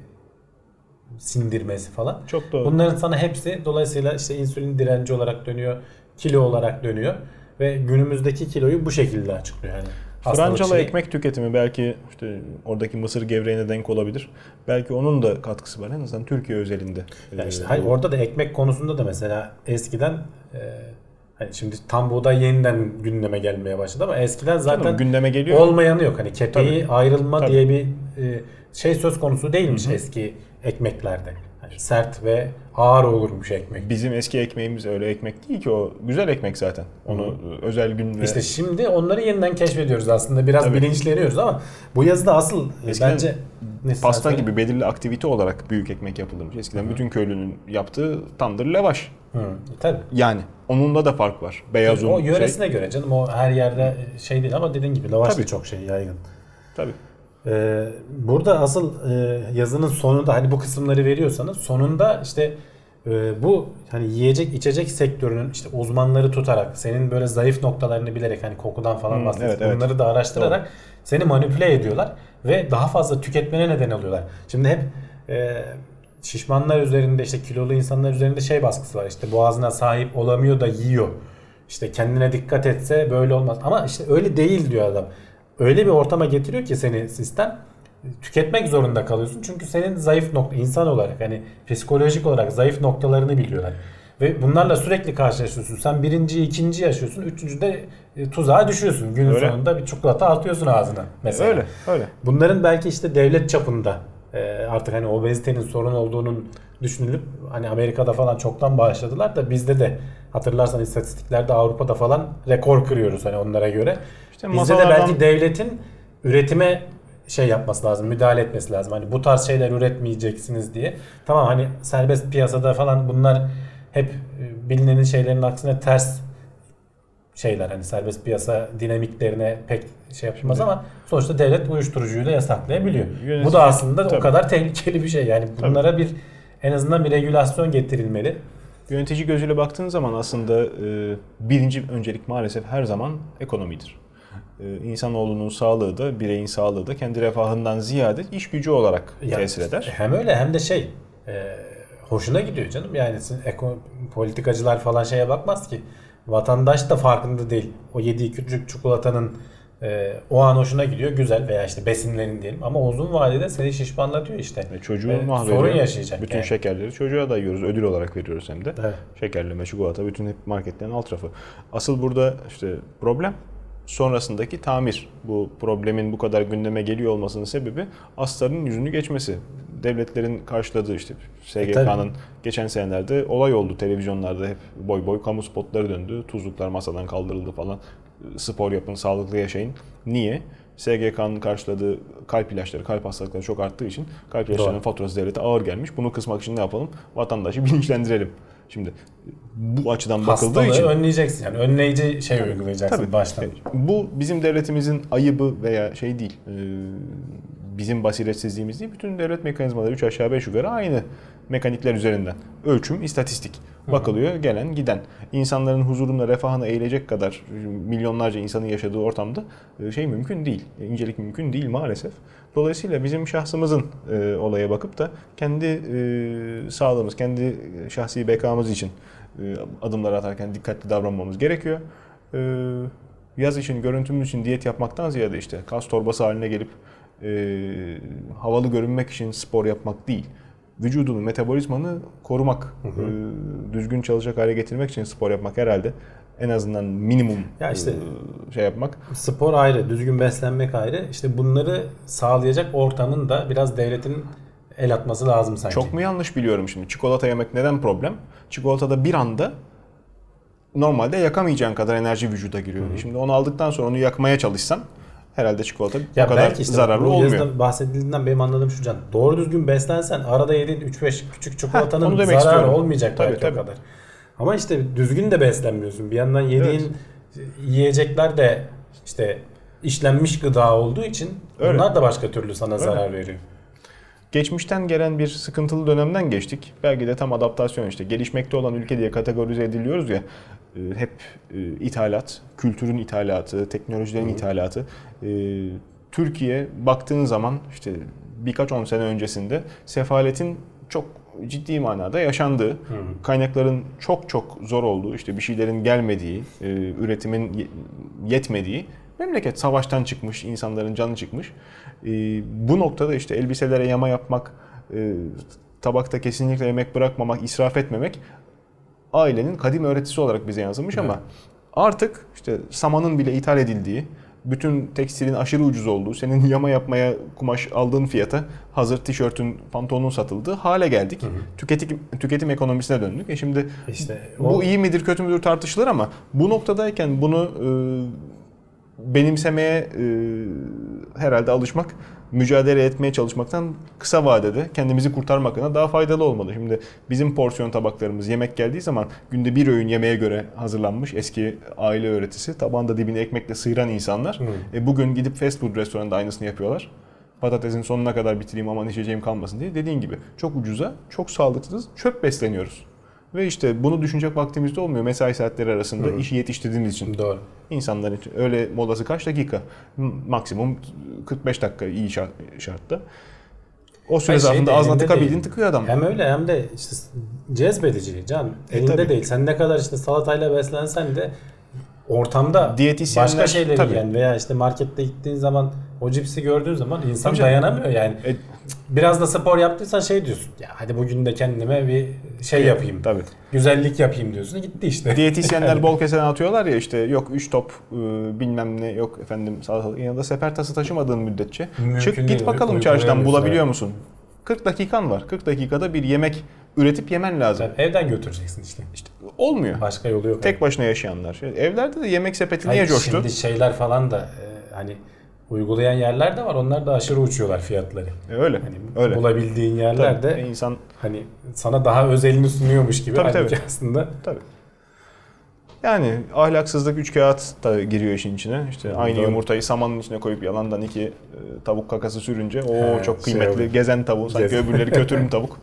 sindirmesi falan. Çok doğru. Bunların sana hepsi dolayısıyla işte insülin direnci olarak dönüyor, kilo olarak dönüyor ve günümüzdeki kiloyu bu şekilde açıklıyor yani. Francalı şey... ekmek tüketimi belki işte oradaki mısır gevreğine denk olabilir. Belki onun da katkısı var en azından Türkiye özelinde. Ya işte, hayır, orada da ekmek konusunda da mesela eskiden e, hani şimdi tam buğday yeniden gündeme gelmeye başladı ama eskiden zaten Canım, gündeme geliyor. Olmayanı yok. Hani kepeği Tabii. ayrılma Tabii. diye bir e, şey söz konusu değilmiş Hı-hı. eski ekmeklerde. Yani sert ve ağır olurmuş ekmek. Bizim eski ekmeğimiz öyle ekmek değil ki, o güzel ekmek zaten. Onu Hı-hı. özel gün ve... İşte şimdi onları yeniden keşfediyoruz aslında. Biraz Tabii. bilinçleniyoruz ama bu yazıda asıl Eskiden bence pasta gibi belirli aktivite olarak büyük ekmek yapılırmış. Eskiden Hı-hı. bütün köylünün yaptığı tandır lavaş. Hı, tabii. Yani onunla da fark var. Beyaz un. O yöresine şey. göre canım, o her yerde şey değil ama dediğin gibi lavaş Tabii. da çok şey yaygın. Tabii. Ee, burada asıl e, yazının sonunda hani bu kısımları veriyorsanız sonunda işte e, bu hani yiyecek içecek sektörünün işte uzmanları tutarak senin böyle zayıf noktalarını bilerek hani kokudan falan hmm, bahsediyorsun. Evet, bunları evet. da araştırarak Doğru. seni manipüle ediyorlar ve daha fazla tüketmene neden oluyorlar. Şimdi hep e, şişmanlar üzerinde işte kilolu insanlar üzerinde şey baskısı var. İşte boğazına sahip olamıyor da yiyor. İşte kendine dikkat etse böyle olmaz. Ama işte öyle değil diyor adam. Öyle bir ortama getiriyor ki seni sistem, tüketmek zorunda kalıyorsun. Çünkü senin zayıf nokta, insan olarak hani psikolojik olarak zayıf noktalarını biliyorlar. Ve bunlarla sürekli karşılaşıyorsun. Sen birinci, ikinci yaşıyorsun. Üçüncüde tuzağa düşüyorsun. Günün öyle. sonunda bir çikolata atıyorsun ağzına mesela. Öyle, öyle. Bunların belki işte devlet çapında artık hani obezitenin sorun olduğunun düşünülüp hani Amerika'da falan çoktan başladılar da bizde de hatırlarsan istatistiklerde Avrupa'da falan rekor kırıyoruz hani onlara göre. İşte bizde de belki devletin üretime şey yapması lazım, müdahale etmesi lazım. Hani bu tarz şeyler üretmeyeceksiniz diye. Tamam hani serbest piyasada falan bunlar hep bilinenin şeylerin aksine ters şeyler. Hani serbest piyasa dinamiklerine pek şey yapılmaz evet. Ama sonuçta devlet uyuşturucuyu da yasaklayabiliyor. Yönetici, bu da aslında tabii. O kadar tehlikeli bir şey. Yani bunlara tabii. bir en azından bir regülasyon getirilmeli. Yönetici gözüyle baktığın zaman aslında e, birinci öncelik maalesef her zaman ekonomidir. E, insanoğlunun sağlığı da, bireyin sağlığı da kendi refahından ziyade iş gücü olarak ya, tesir eder. Hem öyle hem de şey, e, hoşuna gidiyor canım. Yani eko, politikacılar falan şeye bakmaz ki. Vatandaş da farkında değil. O yediği küçük çikolatanın e, o an hoşuna gidiyor. Güzel veya işte besinlerin diyelim. Ama uzun vadede seni şişmanlatıyor işte. E, çocuğu mahvediyor. Sorun yaşayacak. Bütün yani. şekerleri çocuğa dayıyoruz. Ödül olarak veriyoruz hem de. Evet. Şekerleme, çikolata bütün hep marketlerin alt rafı. Asıl burada işte problem sonrasındaki tamir. Bu problemin bu kadar gündeme geliyor olmasının sebebi astarın yüzünü geçmesi. Devletlerin karşıladığı işte S G K'nın e, geçen senelerde olay oldu. Televizyonlarda hep boy boy kamu spotları döndü. Tuzluklar masadan kaldırıldı falan. Spor yapın, sağlıklı yaşayın. Niye? S G K'nın karşıladığı kalp ilaçları, kalp hastalıkları çok arttığı için kalp ilaçlarının faturası devlete ağır gelmiş. Bunu kısmak için ne yapalım? Vatandaşı bilinçlendirelim. Şimdi bu açıdan bakıldığı için... Hastalığı önleyeceksin yani. Önleyici şey uygulayacaksın tabii, baştan. Bu bizim devletimizin ayıbı veya şey değil. Bizim basiretsizliğimiz değil. Bütün devlet mekanizmaları üç aşağı beş yukarı aynı mekanikler üzerinden. Ölçüm, istatistik. Bakılıyor, gelen, giden. İnsanların huzuruna, refahına eğilecek kadar milyonlarca insanın yaşadığı ortamda şey mümkün değil. İncelik mümkün değil maalesef. Dolayısıyla bizim şahsımızın e, olaya bakıp da kendi e, sağlığımız, kendi şahsi bekamız için e, adımlar atarken dikkatli davranmamız gerekiyor. E, yaz için, görüntümüz için diyet yapmaktan ziyade işte kas torbası haline gelip e, havalı görünmek için spor yapmak değil. Vücudunu, metabolizmanı korumak, hı hı. E, düzgün çalışacak hale getirmek için spor yapmak herhalde en azından minimum ya işte, e, şey yapmak. Spor ayrı, düzgün beslenmek ayrı. İşte bunları sağlayacak ortamın da biraz devletin el atması lazım sanki. Çok mu yanlış biliyorum şimdi? Çikolata yemek neden problem? Çikolatada bir anda normalde yakamayacağın kadar enerji vücuda giriyor. Hı hı. Şimdi onu aldıktan sonra onu yakmaya çalışsan herhalde çikolata ya o kadar işte zararlı bu olmuyor. Yazıdan bahsedildiğinden benim anladığım şu can. Doğru düzgün beslensen arada yediğin üç beş küçük çikolatanın Heh, zararı istiyorum. olmayacak tabii, belki tabii. o kadar. Ama işte düzgün de beslenmiyorsun. Bir yandan yediğin evet. yiyecekler de işte işlenmiş gıda olduğu için Öyle. onlar da başka türlü sana Öyle. zarar veriyor. Geçmişten gelen bir sıkıntılı dönemden geçtik. Belki de tam adaptasyon işte. Gelişmekte olan ülke diye kategorize ediliyoruz ya. Hep ithalat, kültürün ithalatı, teknolojilerin Hı. ithalatı. Türkiye baktığın zaman işte birkaç on sene öncesinde sefaletin çok ciddi manada yaşandığı, Hı. kaynakların çok çok zor olduğu, işte bir şeylerin gelmediği, üretimin yetmediği, memleket savaştan çıkmış, insanların canı çıkmış. Bu noktada işte elbiselere yama yapmak, tabakta kesinlikle yemek bırakmamak, israf etmemek ailenin kadim öğretisi olarak bize yansımış evet. ama artık işte samanın bile ithal edildiği, bütün tekstilin aşırı ucuz olduğu, senin yama yapmaya kumaş aldığın fiyata hazır tişörtün, pantolonun satıldığı hale geldik. Hı hı. Tüketim, tüketim ekonomisine döndük. E şimdi işte bu o... iyi midir kötü müdür tartışılır ama bu noktadayken bunu e, benimsemeye e, herhalde alışmak, mücadele etmeye çalışmaktan kısa vadede kendimizi kurtarmak adına daha faydalı olmalı. Şimdi bizim porsiyon tabaklarımız yemek geldiği zaman günde bir öğün yemeğe göre hazırlanmış eski aile öğretisi. Tabağında dibini ekmekle sıyıran insanlar. Hmm. E bugün gidip fast food restoranında aynısını yapıyorlar. Patatesin sonuna kadar bitireyim aman içeceğim kalmasın diye. Dediğin gibi çok ucuza, çok sağlıksız, çöp besleniyoruz. Ve işte bunu düşünecek vaktimiz de olmuyor mesai saatleri arasında Hı. işi yetiştirdiğimiz için. Doğru. İnsanların öyle molası kaç dakika? Maksimum kırk beş dakika iyi şartta. O süre zarfında ağzına tıkabildiğin tıkıyor adam. Hem öyle hem de işte cezbedici can. Elinde e, değil. Sen ne kadar işte salatayla beslensen de ortamda başka şeyleri tabii. yiyen veya işte markette gittiğin zaman o cipsi gördüğün zaman insan tabii dayanamıyor yani. E, Biraz da spor yaptıysan şey diyorsun. Ya hadi bugün de kendime bir şey yapayım. Tabii. Güzellik yapayım diyorsun. Gitti işte. Diyetisyenler bol keseden atıyorlar ya işte yok üç top bilmem ne yok efendim salatalık yanında sefer tası taşımadığın müddetçe. Mümkün çık git bakalım uyku, çarşıdan uyku, bulabiliyor musun? kırk dakikan var. kırk dakikada bir yemek üretip yemen lazım. Sen evden götüreceksin işte. İşte olmuyor. Başka yolu yok. Tek yani. başına yaşayanlar. Evlerde de yemek sepeti niye coştu? Şimdi şeyler falan da e, hani uygulayan yerler de var. Onlar da aşırı uçuyorlar fiyatları. E öyle. Hani öyle. bulabildiğin yerlerde Tabii, insan hani sana daha özelini sunuyormuş gibi. Tabii, Halbuki tabii. aslında. tabii. Yani ahlaksızlık üç kağıt da giriyor işin içine. İşte aynı Doğru. yumurtayı samanın içine koyup yalandan iki e, tavuk kakası sürünce o He, çok şey kıymetli. oluyor. Gezen tavuğu sanki Gezen. öbürleri kötürüm tavuk.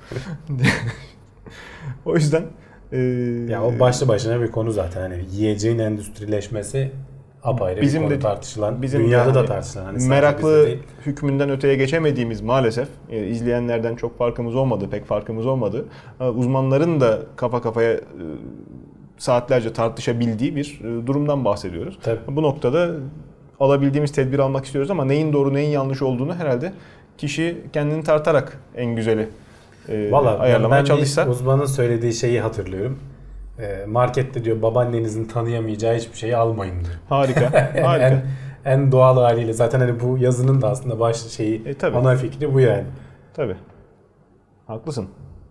O yüzden e, Ya o başlı başına bir konu zaten. Hani yiyeceğin endüstrileşmesi apayrı Bizim bir konu de- tartışılan. bizim dünyada de da hani tartışılan. Hani sadece meraklı bizde değil. hükmünden öteye geçemediğimiz maalesef e, izleyenlerden çok farkımız olmadı, pek farkımız olmadı. Ama uzmanların da kafa kafaya e, saatlerce tartışabildiği bir e, durumdan bahsediyoruz. Tabii. Bu noktada alabildiğimiz tedbir almak istiyoruz ama neyin doğru neyin yanlış olduğunu herhalde kişi kendini tartarak en güzeli e, Valla ayarlamaya ben çalışsa. bir uzmanın söylediği şeyi hatırlıyorum. E, markette diyor babaannenizin tanıyamayacağı hiçbir şeyi almayın diyor. Harika, harika. en, en doğal haliyle. Zaten hani bu yazının da aslında baş şeyi, E, tabii. ana fikri bu yani. Tabii. Haklısın.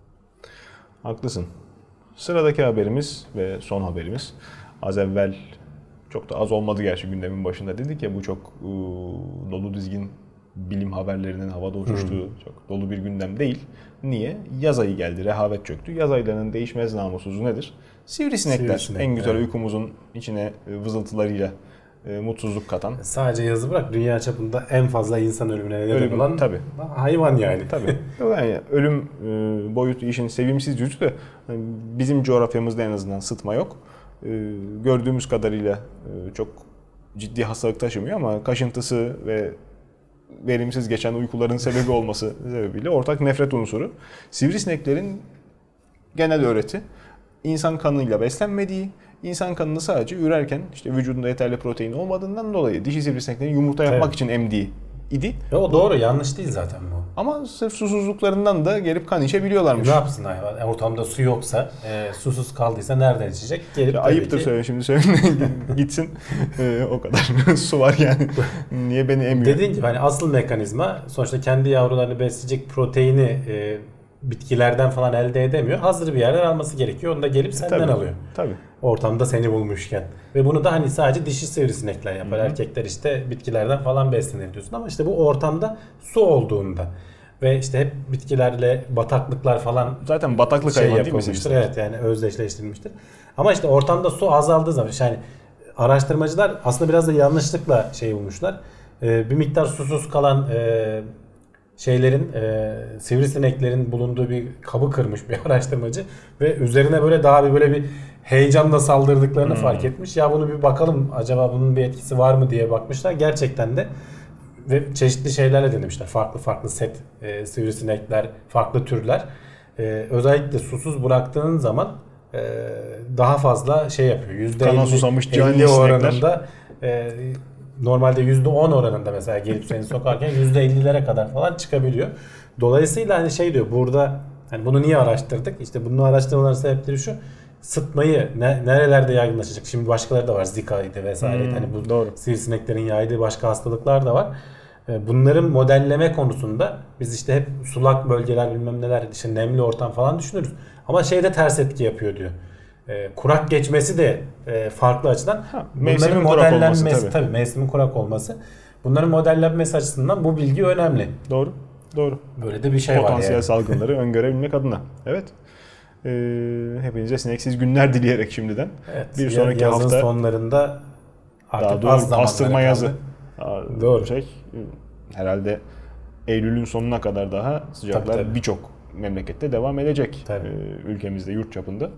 Haklısın. Sıradaki haberimiz ve son haberimiz. Az evvel çok da az olmadı gerçi gündemin başında dedik ya bu çok ıı, dolu dizgin bilim haberlerinin havada uçuştuğu Hmm. çok dolu bir gündem değil. Niye? Yaz ayı geldi, rehavet çöktü. Yaz aylarının değişmez namussuzu nedir? Sivrisinekler. Sivrisinek, En güzel evet. uykumuzun içine e, vızıltılarıyla e, mutsuzluk katan. Sadece yazı bırak dünya çapında en fazla insan ölümüne neden Ölüm, olan tabii. hayvan yani. Tabii. Yani ölüm e, boyutu işin sevimsiz yüzü de yani bizim coğrafyamızda en azından sıtma yok. E, gördüğümüz kadarıyla e, çok ciddi hastalık taşımıyor ama kaşıntısı ve verimsiz geçen uykuların sebebi olması sebebiyle ortak nefret unsuru. Sivrisineklerin genel öğreti insan kanıyla beslenmediği, insan kanını sadece ürerken işte vücudunda yeterli protein olmadığından dolayı dişi sivrisineklerin yumurta yapmak Evet. için emdiği idi. Ya o doğru, yanlış değil zaten bu. Ama sırf susuzluklarından da gelip kan içebiliyorlarmış. Ne yapsın hayvan? Ortamda su yoksa, e, susuz kaldıysa nereden içecek? Gelip Ya tabii ayıptır ki- söyle şimdi söyle gitsin e, o kadar su var yani. Niye beni emiyor? Dediğin gibi hani asıl mekanizma sonuçta kendi yavrularını besleyecek proteini e, bitkilerden falan elde edemiyor. Hazır bir yerden alması gerekiyor. Onu da gelip senden Tabii, alıyor. Tabii. Ortamda seni bulmuşken. Ve bunu da hani sadece dişi sivrisinekler yapar. Hı hı. Erkekler işte bitkilerden falan beslenir diyorsun ama işte bu ortamda su olduğunda ve işte hep bitkilerle bataklıklar falan Zaten bataklık şey hayvan değil mi yapılmıştır. sivrisinek? Evet, yani özdeşleştirilmiştir. Ama işte ortamda su azaldığı zaman yani araştırmacılar aslında biraz da yanlışlıkla şey bulmuşlar. Ee, bir miktar susuz kalan e, şeylerin e, sivrisineklerin bulunduğu bir kabı kırmış bir araştırmacı ve üzerine böyle daha bir böyle bir heyecanla saldırdıklarını Hmm. fark etmiş. Ya bunu bir bakalım acaba bunun bir etkisi var mı diye bakmışlar. Gerçekten de ve çeşitli şeylerle denemişler. Farklı farklı set e, sivrisinekler, farklı türler. E, özellikle susuz bıraktığın zaman e, daha fazla şey yapıyor. yüzde Kana susamış cani elli sinekler. oranında e, normalde yüzde on oranında mesela gelip seni sokarken yüzde ellilere kadar falan çıkabiliyor. Dolayısıyla hani şey diyor burada hani bunu niye araştırdık? İşte bunun araştırmaların sebepleri şu. Sıtmayı ne, nerelerde yaygınlaşacak? Şimdi başkaları da var. Zika'ydı vesaire. Hmm, hani bu doğru. sivrisineklerin yaydığı başka hastalıklar da var. E, Bunların modelleme konusunda biz işte hep sulak bölgeler bilmem neler işte nemli ortam falan düşünürüz. Ama şeyde ters etki yapıyor diyor. E, kurak geçmesi de e, farklı açıdan. Ha, Bunların mevsimin kurak olması modellenmesi- tabii. tabii mevsimin kurak olması. Bunların modellenmesi açısından bu bilgi önemli. Doğru. Doğru. Böyle de bir şey var Potansiyel yani. salgınları öngörebilmek adına. Evet. Ee, hepinize sineksiz günler dileyerek şimdiden. Evet, Bir ya- sonraki yazın hafta sonlarında artık daha az doğru zamanları pastırma kaldı. yazı. Aa, Doğru. Şey, herhalde Eylül'ün sonuna kadar daha sıcaklar Tabii, tabii. birçok memlekette devam edecek. Tabii. Ee, ülkemizde, yurt çapında.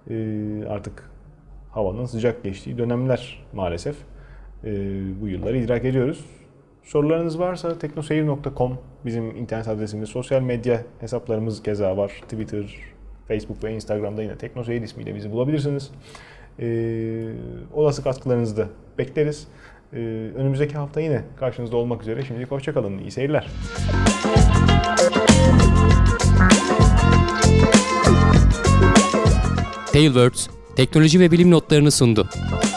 Ee, artık havanın sıcak geçtiği dönemler maalesef. Ee, bu yılları idrak ediyoruz. Sorularınız varsa teknoseyir nokta com bizim internet adresimiz. Sosyal medya hesaplarımız keza var. Twitter, Facebook ve Instagram'da yine Teknoseyir ismiyle bizi bulabilirsiniz. Ee, olası katkılarınızı da bekleriz. Ee, önümüzdeki hafta yine karşınızda olmak üzere. Şimdilik hoşçakalın. İyi seyirler. Tailwords, teknoloji ve bilim notlarını sundu.